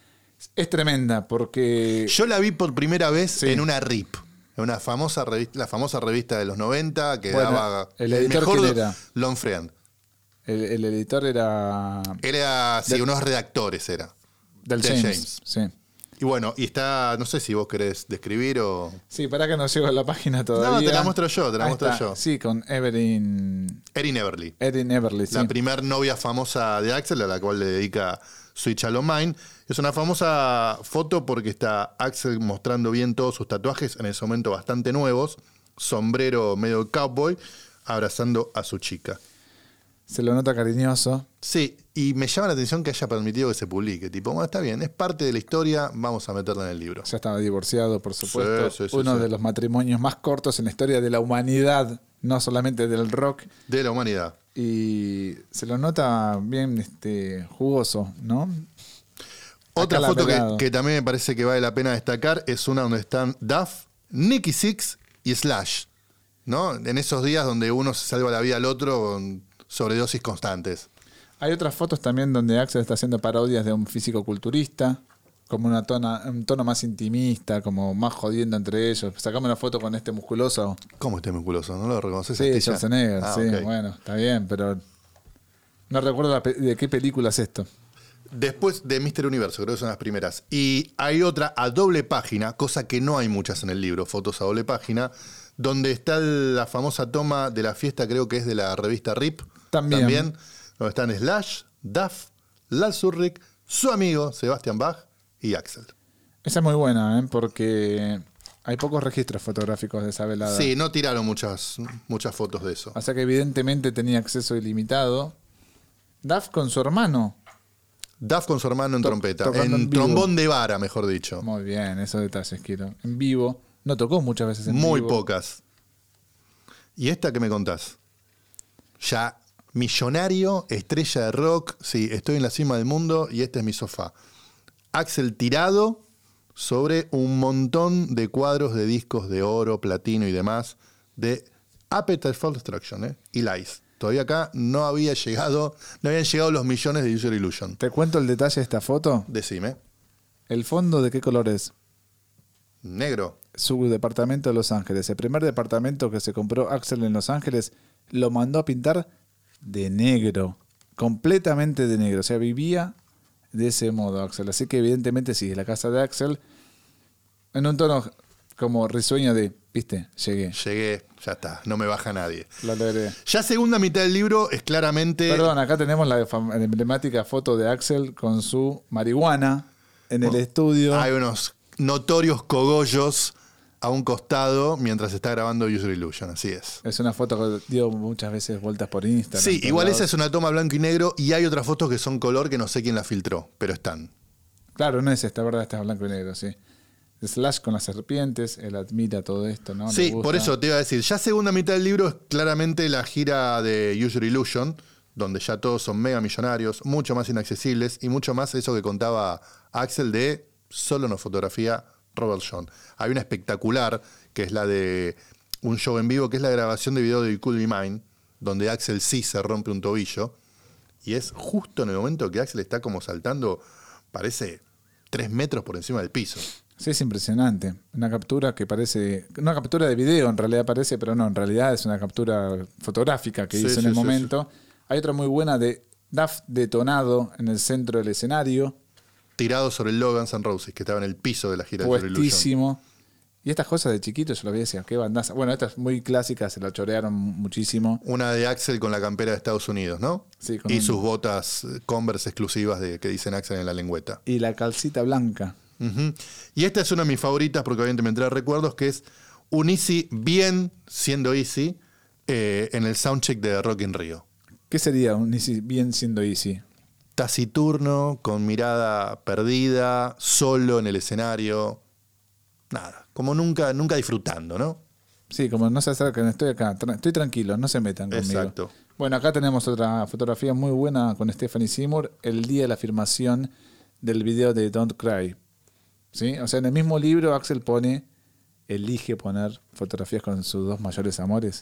Es tremenda porque... Yo la vi por primera vez Sí. en una R I P, en una famosa revista, la famosa revista de los noventa que Bueno, daba el editor, mejor ¿quién era? Long Friend. El, el editor era Era, sí, Del- unos redactores era. del de James. James. Sí. Y bueno, y está, no sé si vos querés describir o... Sí, para que no llego a la página todavía. No, te la muestro yo, te la Ahí muestro está. yo. Sí, con Evelyn, Erin Everly, Erin Everly. Sí. la primer novia famosa de Axl, a la cual le dedica Sweet Shallow Mine. Es una famosa foto porque está Axl mostrando bien todos sus tatuajes, en ese momento bastante nuevos, sombrero medio cowboy, abrazando a su chica. Se lo nota cariñoso. Sí, y me llama la atención que haya permitido que se publique. Tipo, bueno, está bien, es parte de la historia, vamos a meterla en el libro. Ya estaba divorciado, por supuesto. Sí, sí, sí, Uno sí. de los matrimonios más cortos en la historia de la humanidad, no solamente del rock. De la humanidad. Y se lo nota bien este, jugoso, ¿no? Otra Acá foto que, lapidado. que también me parece que vale la pena destacar es una donde están Duff, Nicky Six y Slash. ¿No? En esos días donde uno se salva la vida al otro sobredosis constantes. Hay otras fotos también donde Axl está haciendo parodias de un físico-culturista, como una tona, un tono más intimista, como más jodiendo entre ellos. Sacame una foto con este musculoso. ¿Cómo este musculoso? ¿No lo reconoces? Sí, Astilla? Schwarzenegger, Ah, sí, ok. bueno, está bien, pero no recuerdo la pe- de qué película es esto. Después de míster Universo, creo que son las primeras. Y hay otra a doble página, cosa que no hay muchas en el libro, fotos a doble página, donde está la famosa toma de la fiesta, creo que es de la revista R I P. También. También donde están Slash, Duff, Lars Ulrich, su amigo Sebastian Bach y Axl. Esa es muy buena, ¿eh? Porque hay pocos registros fotográficos de esa velada. Sí, no tiraron muchas, muchas fotos de eso. O sea que evidentemente tenía acceso ilimitado. Duff con su hermano. Duff con su hermano en To- trompeta, tocando en en vivo. trombón de vara, mejor dicho. Muy bien, esos detalles quiero. En vivo. No tocó muchas veces en Muy vivo. pocas. ¿Y esta qué me contás? Ya millonario, estrella de rock, sí, estoy en la cima del mundo y este es mi sofá. Axl tirado sobre un montón de cuadros de discos de oro, platino y demás de Appetite for Destruction, ¿eh? Y Lies. Todavía acá no había llegado, no habían llegado los millones de User Illusion. ¿Te cuento el detalle de esta foto? Decime. ¿El fondo de qué color es? Negro. Su departamento de Los Ángeles. El primer departamento que se compró Axl en Los Ángeles lo mandó a pintar de negro. Completamente de negro. O sea, vivía de ese modo Axl. Así que evidentemente sí, la casa de Axl en un tono como risueño de, viste, llegué, Llegué, ya está, no me baja nadie. lo logré. Ya segunda mitad del libro es claramente... Perdón, acá tenemos la fam- la emblemática foto de Axl con su marihuana en el estudio. Hay unos notorios cogollos a un costado mientras está grabando User Illusion, así es. Es una foto que dio muchas veces vueltas por Instagram. Sí, por igual lados. esa es una toma blanco y negro y hay otras fotos que son color que no sé quién las filtró, pero están. Claro, no es esta, verdad, esta es blanco y negro, sí. Slash con las serpientes, él admira todo esto, ¿no? Le Sí, gusta. por eso te iba a decir, ya segunda mitad del libro es claramente la gira de User Illusion, donde ya todos son mega millonarios, mucho más inaccesibles y mucho más eso que contaba Axl de solo nos fotografía Robert John. Hay una espectacular que es la de un show en vivo, que es la grabación de video de You Could Be Mine, donde Axl sí se rompe un tobillo y es justo en el momento que Axl está como saltando, parece tres metros por encima del piso. Sí, es impresionante. Una captura que parece. Una captura de video en realidad parece, pero no, en realidad es una captura fotográfica que Sí, hizo sí, en el sí, momento. Hay otra muy buena de Duff detonado en el centro del escenario, Tirado sobre el logo Guns N' Roses, que estaba en el piso de la gira de User Illusion. puestísimo. Y estas cosas de chiquito yo lo veía y decía, qué bandaza. Bueno, esta es muy clásica, se la chorearon muchísimo. Una de Axl con la campera de Estados Unidos, ¿no? Sí, con y un- sus botas Converse exclusivas de, que dicen Axl en la lengüeta. Y la calcita blanca. Ujú. Y esta es una de mis favoritas porque obviamente me trae recuerdos, que es un Easy bien siendo Easy eh, en el soundcheck de Rock in Rio. ¿Qué sería un Easy bien siendo Easy? Taciturno, con mirada perdida, solo en el escenario. Nada, como nunca, nunca disfrutando, ¿no? Sí, como no se acercan, estoy acá, tra- estoy tranquilo, no se metan conmigo. Exacto. Bueno, acá tenemos otra fotografía muy buena con Stephanie Seymour, el día de la filmación del video de Don't Cry. ¿Sí? O sea, en el mismo libro Axl pone, elige poner fotografías con sus dos mayores amores.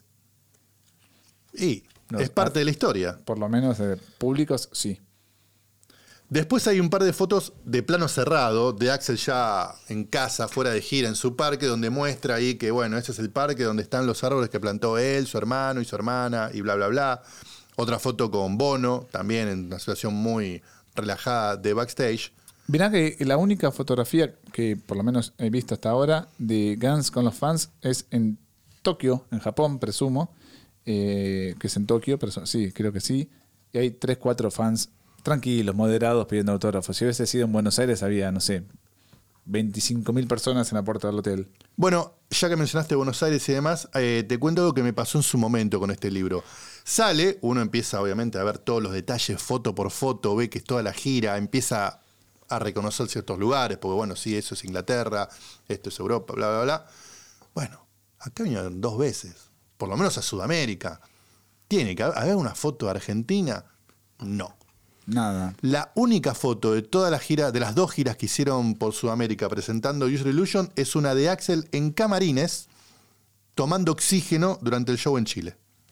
Y No, es parte de la historia. Por lo menos eh, públicos, sí. Después hay un par de fotos de plano cerrado de Axl ya en casa, fuera de gira, en su parque, donde muestra ahí que, bueno, este es el parque donde están los árboles que plantó él, su hermano y su hermana, y bla, bla, bla. Otra foto con Bono, también en una situación muy relajada de backstage. Mirá que la única fotografía que por lo menos he visto hasta ahora de Guns con los fans es en Tokio, en Japón, presumo, eh, que es en Tokio, pero sí, creo que sí. Y hay tres, cuatro fans tranquilos, moderados, pidiendo autógrafos. Si hubiese sido en Buenos Aires había, no sé, veinticinco mil personas en la puerta del hotel. Bueno, ya que mencionaste Buenos Aires y demás, eh, te cuento algo que me pasó en su momento con este libro. Sale, uno empieza obviamente a ver todos los detalles foto por foto, ve que es toda la gira, empieza a reconocer ciertos lugares, porque bueno, sí, eso es Inglaterra, esto es Europa, bla, bla, bla. Bueno, acá vinieron dos veces, por lo menos a Sudamérica. ¿Tiene que haber una foto de Argentina? No. Nada. La única foto de toda la gira, de las dos giras que hicieron por Sudamérica presentando User Illusion, es una de Axl en camarines tomando oxígeno durante el show en Chile.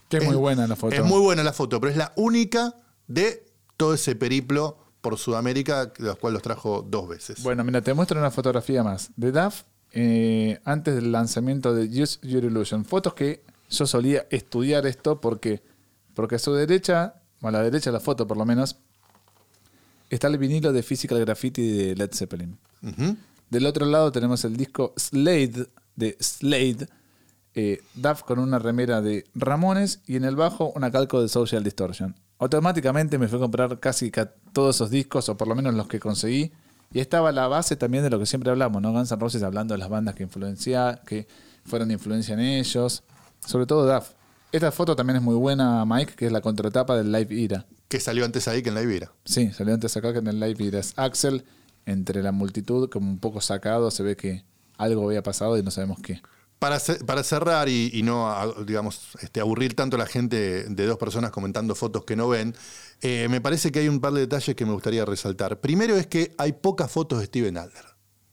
Que es muy buena la foto. Es muy buena la foto, pero es la única de todo ese periplo por Sudamérica, de los cuales los trajo dos veces. Bueno, mira, te muestro una fotografía más de Duff eh, antes del lanzamiento de Use Your Illusion. Fotos que yo solía estudiar esto porque, porque a su derecha, o a la derecha de la foto por lo menos, está el vinilo de Physical Graffiti de Led Zeppelin. Uh-huh. Del otro lado tenemos el disco Slade de Slade, eh, Duff con una remera de Ramones y en el bajo una calco de Social Distortion. Automáticamente me fui a comprar casi todos esos discos, o por lo menos los que conseguí, y estaba la base también de lo que siempre hablamos, ¿no? Guns N' Roses hablando de las bandas que influencia, que fueron de influencia en ellos, sobre todo Duff. Esta foto también es muy buena, Mike, que es la contratapa del Live Era. Que salió antes ahí que en Live Era. Sí, salió antes acá que en el Live Era. Es Axl entre la multitud, como un poco sacado, se ve que algo había pasado y no sabemos qué. Para, para cerrar y, y no, digamos, este, aburrir tanto a la gente de dos personas comentando fotos que no ven, eh, me parece que hay un par de detalles que me gustaría resaltar. Primero es que hay pocas fotos de Steven Adler.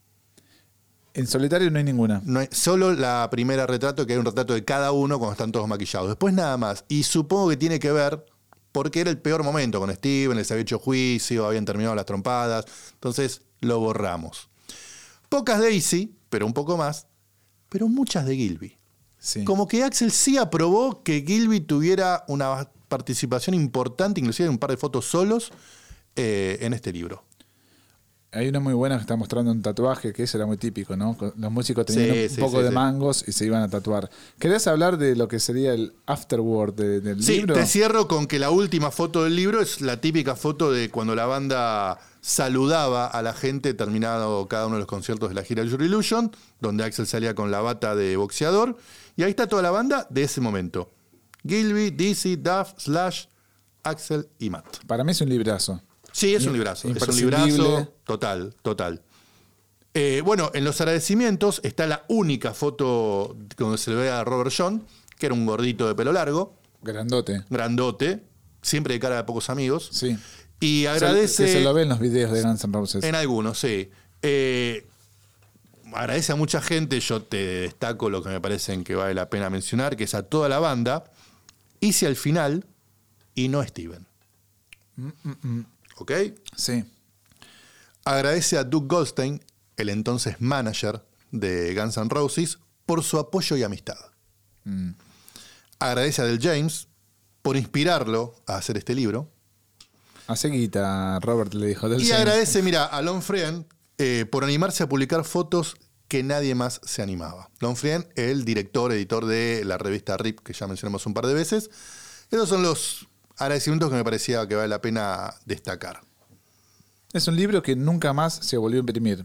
En solitario no hay ninguna. No hay, solo la primera retrato, que hay un retrato de cada uno cuando están todos maquillados. Después nada más. Y supongo que tiene que ver porque era el peor momento con Steven, les había hecho juicio, habían terminado las trompadas. Entonces lo borramos. Pocas de Daisy, pero un poco más. Pero muchas de Gilby. Sí. Como que Axl sí aprobó que Gilby tuviera una participación importante, inclusive en un par de fotos solos, eh, en este libro. Hay una muy buena que está mostrando un tatuaje, que eso era muy típico, ¿no? Los músicos tenían Sí, un sí, poco sí, de sí. mangos y se iban a tatuar. ¿Querés hablar de lo que sería el afterword de- del Sí, libro? te cierro con que la última foto del libro es la típica foto de cuando la banda saludaba a la gente terminado cada uno de los conciertos de la gira Use Your Illusion, donde Axl salía con la bata de boxeador. Y ahí está toda la banda de ese momento. Gilby, Dizzy, Duff, Slash, Axl y Matt. Para mí es un librazo. Sí, es un librazo. Es un Imprescindible. librazo total, total. Eh, bueno, en los agradecimientos está la única foto donde se le ve a Robert John, que era un gordito de pelo largo, Grandote. grandote, siempre de cara de pocos amigos. Sí. Y agradece. Se, que se lo ve en los videos de Guns N' Roses. En algunos, sí. Eh, agradece a mucha gente. Yo te destaco lo que me parecen que vale la pena mencionar, que es a toda la banda. Hice al final y no a Steven. Mm, mm, mm. ¿Ok? Sí. Agradece a Doug Goldstein, el entonces manager de Guns N' Roses, por su apoyo y amistad. Mm. Agradece a Del James por inspirarlo a hacer este libro. Hace guita, Robert le dijo. Del Y James. agradece, mira, a Lon Frien eh, por animarse a publicar fotos que nadie más se animaba. Lon Frien, el director, editor de la revista R I P, que ya mencionamos un par de veces. Esos son los agradecimientos que me parecía que vale la pena destacar. Es un libro que nunca más se volvió a imprimir.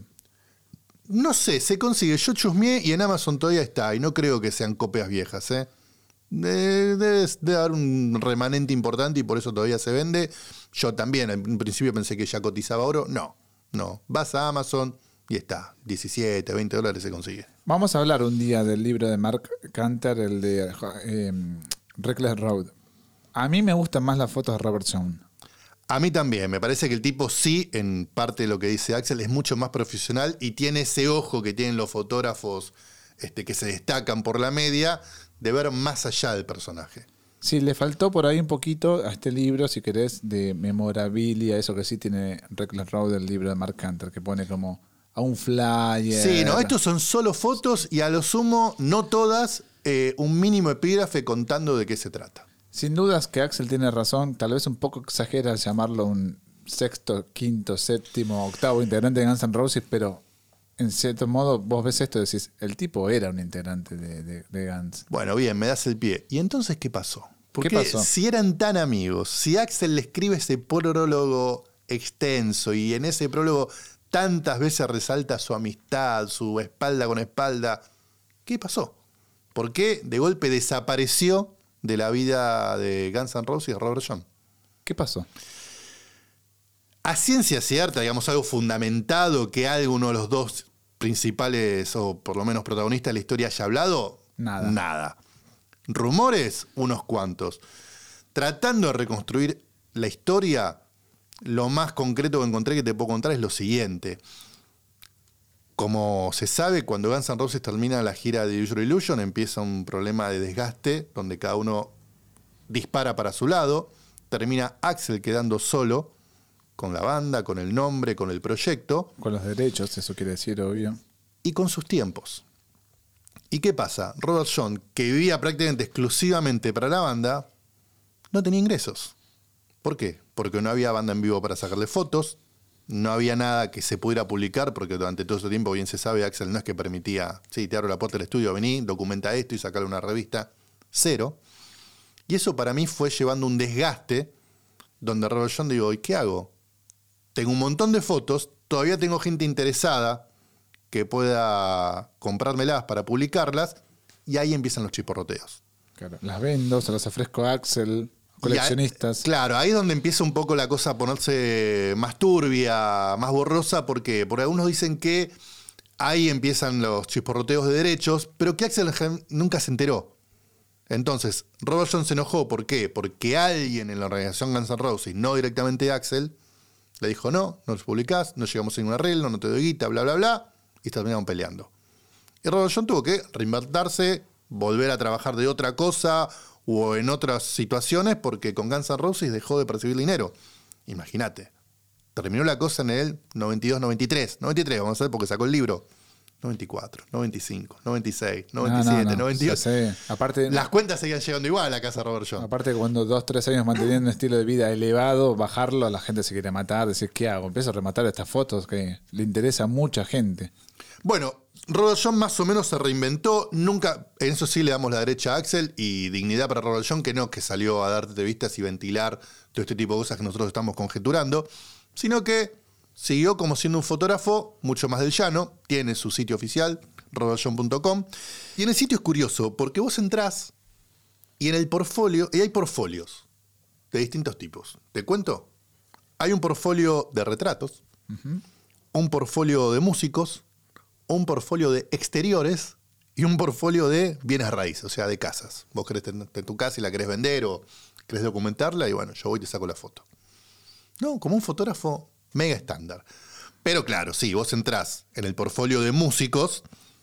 No sé, se consigue. Yo chusmeé y en Amazon todavía está. Y no creo que sean copias viejas, ¿eh? Debe, debe haber un remanente importante y por eso todavía se vende. Yo también, en principio pensé que ya cotizaba oro. No, no. Vas a Amazon y está. diecisiete, veinte dólares se consigue. Vamos a hablar un día del libro de Mark Canter, el de eh, Reckless Road. A mí me gustan más las fotos de Robert John. A mí también. Me parece que el tipo sí, en parte de lo que dice Axl, es mucho más profesional y tiene ese ojo que tienen los fotógrafos este, que se destacan por la media de ver más allá del personaje. Sí, le faltó por ahí un poquito a este libro, si querés, de memorabilia, eso que sí tiene Reckless Road, el libro de Mark Canter, que pone como a un flyer. Sí, no, estos son solo fotos y a lo sumo, no todas, eh, un mínimo epígrafe contando de qué se trata. Sin dudas que Axl tiene razón, tal vez un poco exagera llamarlo un sexto, quinto, séptimo, octavo integrante de Guns N' Roses, pero en cierto modo vos ves esto y decís, el tipo era un integrante de, de, de Guns. Bueno, bien, me das el pie. ¿Y entonces qué pasó? Porque ¿Qué pasó? si eran tan amigos, si Axl le escribe ese prólogo extenso y en ese prólogo tantas veces resalta su amistad, su espalda con espalda, ¿qué pasó? ¿Por qué de golpe desapareció de la vida de Guns N' Roses y Robert John? ¿Qué pasó? A ciencia cierta, digamos, algo fundamentado que alguno de los dos principales o por lo menos protagonistas de la historia haya hablado, Nada. Nada. Rumores, unos cuantos. Tratando de reconstruir la historia, lo más concreto que encontré que te puedo contar es lo siguiente. Como se sabe, cuando Guns N' Roses termina la gira de Use Your Illusion, empieza un problema de desgaste donde cada uno dispara para su lado, termina Axl quedando solo con la banda, con el nombre, con el proyecto. Con los derechos, eso quiere decir, obvio. Y con sus tiempos. ¿Y qué pasa? Robert John, que vivía prácticamente exclusivamente para la banda, no tenía ingresos. ¿Por qué? Porque no había banda en vivo para sacarle fotos, no había nada que se pudiera publicar, porque durante todo ese tiempo, bien se sabe, Axl no es que permitía, sí, te abro la puerta del estudio, vení, documenta esto y sacarle una revista. Cero. Y eso para mí fue llevando un desgaste, donde Robert John digo, ¿y qué hago? Tengo un montón de fotos, todavía tengo gente interesada que pueda comprármelas para publicarlas, y ahí empiezan los chisporroteos. Claro. Las vendo, se las ofrezco a Axl, coleccionistas. Ahí, claro, ahí es donde empieza un poco la cosa a ponerse más turbia, más borrosa, porque, porque algunos dicen que ahí empiezan los chisporroteos de derechos, pero que Axl nunca se enteró. Entonces, Robert John se enojó, ¿por qué? Porque alguien en la organización Guns N' Roses, no directamente Axl, le dijo, no, no los publicás, no llegamos a ningún arreglo, no te doy guita, bla, bla, bla, y terminaron peleando. Y Robert John tuvo que reinventarse, volver a trabajar de otra cosa o en otras situaciones, porque con Guns N' Roses dejó de percibir dinero. Imagínate, terminó la cosa en el noventa y dos, noventa y tres, noventa y tres, vamos a ver, porque sacó el libro. noventa y cuatro, noventa y cinco, noventa y seis, noventa y siete, no, no, no. noventa y ocho. Sí, sí. Aparte, las cuentas seguían llegando igual a la casa de Robert John. Aparte, cuando dos, tres años manteniendo un estilo de vida elevado, bajarlo, la gente se quiere matar, decir, ¿qué hago? Empiezo a rematar estas fotos que le interesa a mucha gente. Bueno, Robert John más o menos se reinventó. Nunca, en eso sí le damos la derecha a Axl, y dignidad para Robert John, que no que salió a dar entrevistas y ventilar todo este tipo de cosas que nosotros estamos conjeturando, sino que siguió como siendo un fotógrafo mucho más del llano. Tiene su sitio oficial, robert john punto com. Y en el sitio es curioso, porque vos entrás y en el portfolio, y hay portfolios de distintos tipos. ¿Te cuento? Hay un portfolio de retratos, uh-huh. un portfolio de músicos, un portfolio de exteriores y un portfolio de bienes raíces, o sea, de casas. Vos querés tener tu casa y la querés vender o querés documentarla, y bueno, yo voy y te saco la foto. No, como un fotógrafo mega estándar. Pero claro, sí, vos entrás en el portfolio de músicos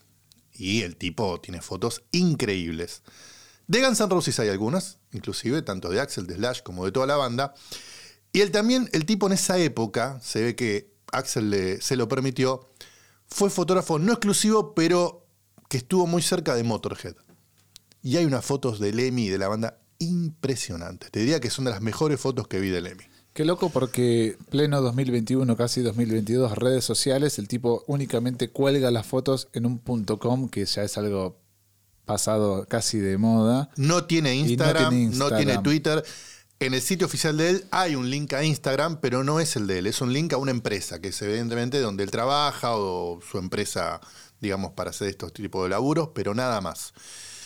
y el tipo tiene fotos increíbles. De Guns N' Roses hay algunas, inclusive, tanto de Axl, de Slash, como de toda la banda. Y él también, el tipo en esa época, se ve que Axl le, se lo permitió, fue fotógrafo no exclusivo, pero que estuvo muy cerca de Motorhead. Y hay unas fotos de Lemmy y de la banda impresionantes. Te diría que son de las mejores fotos que vi de Lemmy. Qué loco, porque pleno dos mil veintiuno, casi dos mil veintidós, redes sociales, el tipo únicamente cuelga las fotos en un punto com, que ya es algo pasado casi de moda. No tiene Instagram, no tiene, Instagram. no tiene Twitter. En el sitio oficial de él hay un link a Instagram, pero no es el de él, es un link a una empresa, que es evidentemente donde él trabaja o su empresa, digamos, para hacer estos tipos de laburos, pero nada más.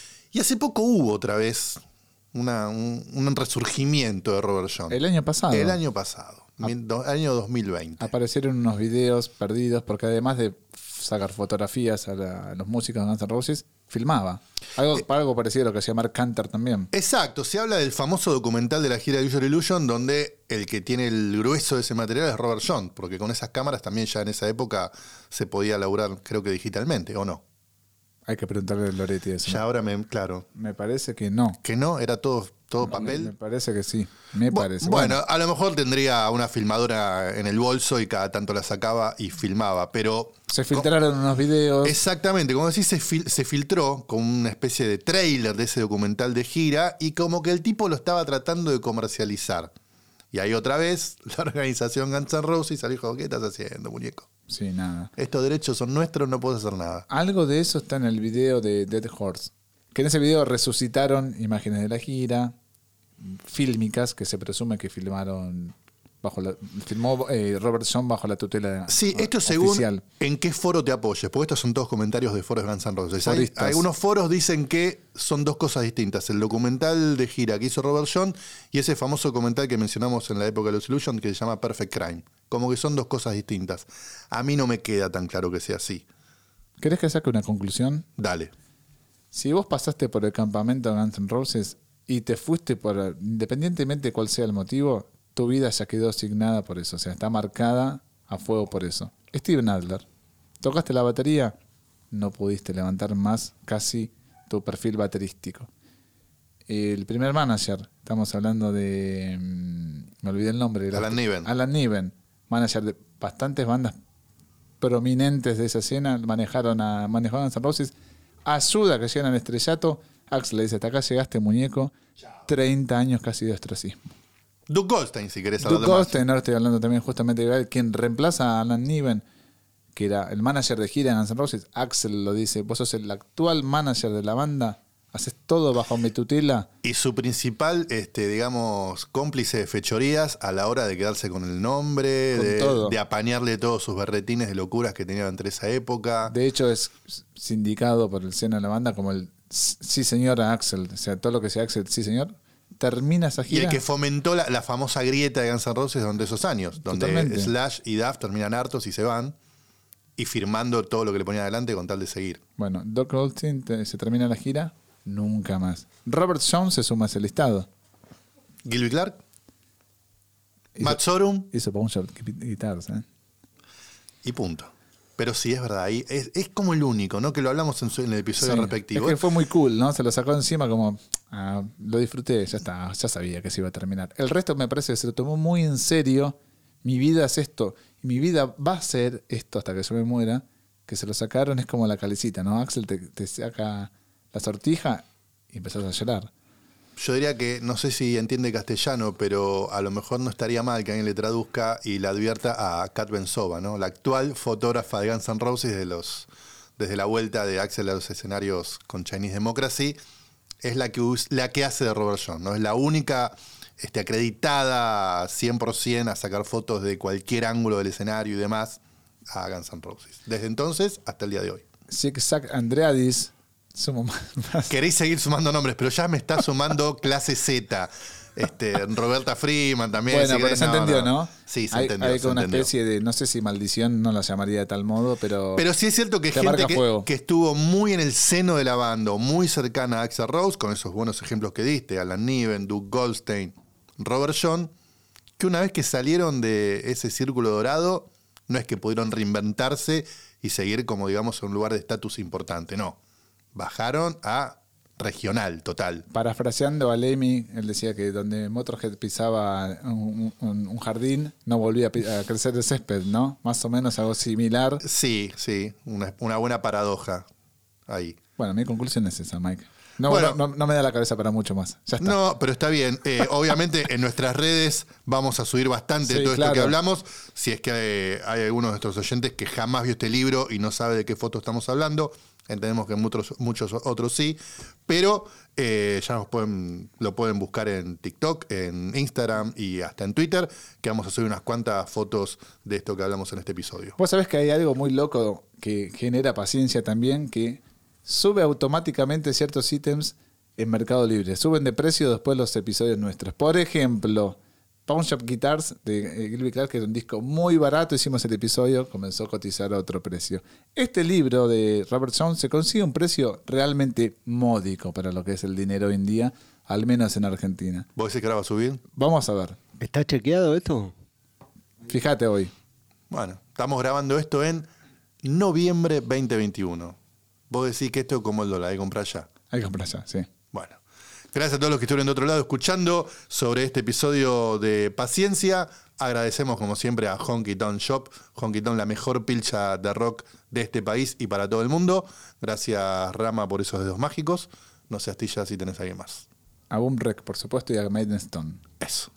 Y hace poco hubo otra vez una, un, un resurgimiento de Robert John. El año pasado. El año pasado, el año dos mil veinte. Aparecieron unos videos perdidos, porque además de sacar fotografías a, la, a los músicos de Guns N' Roses, filmaba. Algo, eh, algo parecido a lo que hacía Mark Canter también. Exacto, se habla del famoso documental de la gira de Use Your Illusion, donde el que tiene el grueso de ese material es Robert John, porque con esas cámaras también ya en esa época se podía laburar, creo que digitalmente, ¿o no? Hay que preguntarle a Loretti eso. Ya ahora, me, claro. Me parece que no. ¿Que no? ¿Era todo, todo papel? Me, me parece que sí. Me Bu- parece. Bueno, Bueno, a lo mejor tendría una filmadora en el bolso y cada tanto la sacaba y filmaba, pero... se filtraron con, unos videos. Exactamente, como decís, se, fil, se filtró con una especie de tráiler de ese documental de gira y como que el tipo lo estaba tratando de comercializar. Y ahí otra vez la organización Guns N' Roses salió y dijo, ¿qué estás haciendo, muñeco? Sí, nada. Estos derechos son nuestros, no puedes hacer nada. Algo de eso está en el video de Dead Horse. Que en ese video resucitaron imágenes de la gira, fílmicas, que se presume que filmaron bajo la, filmó eh, Robert John bajo la tutela Sí, esto oficial. Según en qué foro te apoyes, porque estos son todos comentarios de foros de Guns N' Roses. Hay, Foristas. algunos foros dicen que son dos cosas distintas. El documental de gira que hizo Robert John y ese famoso documental que mencionamos en la época de los Illusion que se llama Perfect Crime. Como que son dos cosas distintas. A mí no me queda tan claro que sea así. ¿Querés que saque una conclusión? Dale. Si vos pasaste por el campamento de Guns N' Roses y te fuiste por, independientemente de cuál sea el motivo, tu vida ya quedó asignada por eso. O sea, está marcada a fuego por eso. Steven Adler, tocaste la batería, no pudiste levantar más casi tu perfil baterístico. el primer manager, estamos hablando de... Me olvidé el nombre. Alan Niven. Alan Niven, manager de bastantes bandas prominentes de esa escena, manejaron a manejaron a Guns N' Roses. Ayuda a que lleguen al estrellato. Axl le dice, hasta acá llegaste, muñeco. treinta años casi de ostracismo. Duke Goldstein, si querés hablar Duke Goldstein, ahora estoy hablando también justamente de él, quien reemplaza a Alan Niven, que era el manager de gira de Guns N' Roses. Axl lo dice, vos sos el actual manager de la banda, haces todo bajo mi tutela. Y su principal, este, digamos, cómplice de fechorías a la hora de quedarse con el nombre, de, de apañarle todos sus berretines de locuras que tenía entre esa época. De hecho, es sindicado por el seno de la banda como el sí señor a Axl. O sea, todo lo que sea Axl, sí señor, termina esa gira. Y el que fomentó la, la famosa grieta de Guns N' Roses durante esos años, donde Totalmente. Slash y Duff terminan hartos y se van, y firmando todo lo que le ponían adelante con tal de seguir. Bueno, Duke Goldstein te, se termina la gira. Nunca más. Robert Jones se suma a ese listado. Gilby Clarke. Matt Sorum. Hizo Pawn Shop Guitars, ¿eh? Y punto. Pero sí, es verdad. Ahí es, es como el único, ¿no? Que lo hablamos en, su, en el episodio sí, respectivo. Es que fue muy cool, ¿no? Se lo sacó encima como... Ah, lo disfruté, ya está. Ya sabía que se iba a terminar. El resto me parece que se lo tomó muy en serio. Mi vida es esto. Y mi vida va a ser esto hasta que yo me muera. Que se lo sacaron es como la calecita, ¿no? Axl te, te saca... la sortija y empezás a llorar. Yo diría que, no sé si entiende castellano, pero a lo mejor no estaría mal que alguien le traduzca y le advierta a Kat Bensova, ¿no? La actual fotógrafa de Guns N' Roses de los, desde la vuelta de Axl a los escenarios con Chinese Democracy, es la que, la que hace de Robert Jones, ¿no? Es la única este, acreditada cien por ciento a sacar fotos de cualquier ángulo del escenario y demás a Guns N' Roses. Desde entonces hasta el día de hoy. Zig-Zag Andreadis. Sumo más. Queréis seguir sumando nombres, pero ya me está sumando clase Z. Este, Roberta Freeman también. Bueno, si pero se no, entendió, no. ¿no? Sí, se hay, entendió. Hay se una entendió. especie de, no sé si maldición, no la llamaría de tal modo, pero... Pero sí es cierto que gente que, que estuvo muy en el seno de la banda, muy cercana a Axl Rose, con esos buenos ejemplos que diste, Alan Niven, Duke Goldstein, Robert Jones, que una vez que salieron de ese círculo dorado, no es que pudieron reinventarse y seguir como, digamos, en un lugar de estatus importante, no. Bajaron a regional, total. Parafraseando a Lemmy, él decía que donde Motorhead pisaba un, un, un jardín, no volvía a crecer el césped, ¿no? Más o menos algo similar. Sí, sí, una, una buena paradoja ahí. Bueno, mi conclusión es esa, Mike. No, bueno, no, no, no me da la cabeza para mucho más. Ya está. No, pero está bien. Eh, obviamente en nuestras redes vamos a subir bastante sí, de todo claro. esto que hablamos. Si es que hay, hay alguno de nuestros oyentes que jamás vio este libro y no sabe de qué foto estamos hablando, entendemos que muchos, muchos otros sí. Pero eh, ya nos pueden, lo pueden buscar en TikTok, en Instagram y hasta en Twitter, que vamos a subir unas cuantas fotos de esto que hablamos en este episodio. Vos sabés que hay algo muy loco que genera paciencia también, que sube automáticamente ciertos ítems en Mercado Libre. Suben de precio después los episodios nuestros. Por ejemplo, Pawn Shop Guitars de Gilby Clarke, que era un disco muy barato. Hicimos el episodio, comenzó a cotizar a otro precio. Este libro de Robert Jones se consigue a un precio realmente módico para lo que es el dinero hoy en día, al menos en Argentina. ¿Vos decís que ahora va a subir? Vamos a ver. ¿Está chequeado esto? Fíjate hoy. Bueno, estamos grabando esto en noviembre veinte veintiuno. Vos decís que esto es como el dólar, hay que comprar ya. Hay que comprar ya, sí. Bueno, gracias a todos los que estuvieron de otro lado escuchando sobre este episodio de Paciencia. Agradecemos como siempre a Honky Tonk Shop. Honky Tonk, la mejor pilcha de rock de este país y para todo el mundo. Gracias, Rama, por esos dedos mágicos. No sé, Astilla, si tenés alguien más. A Boomrec, por supuesto, y a Maiden Stone. Eso.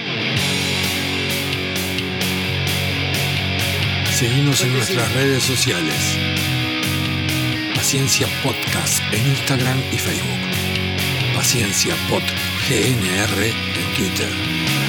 Seguimos en nuestras redes sociales. Paciencia Podcast en Instagram y Facebook. Paciencia Pod G N R en Twitter.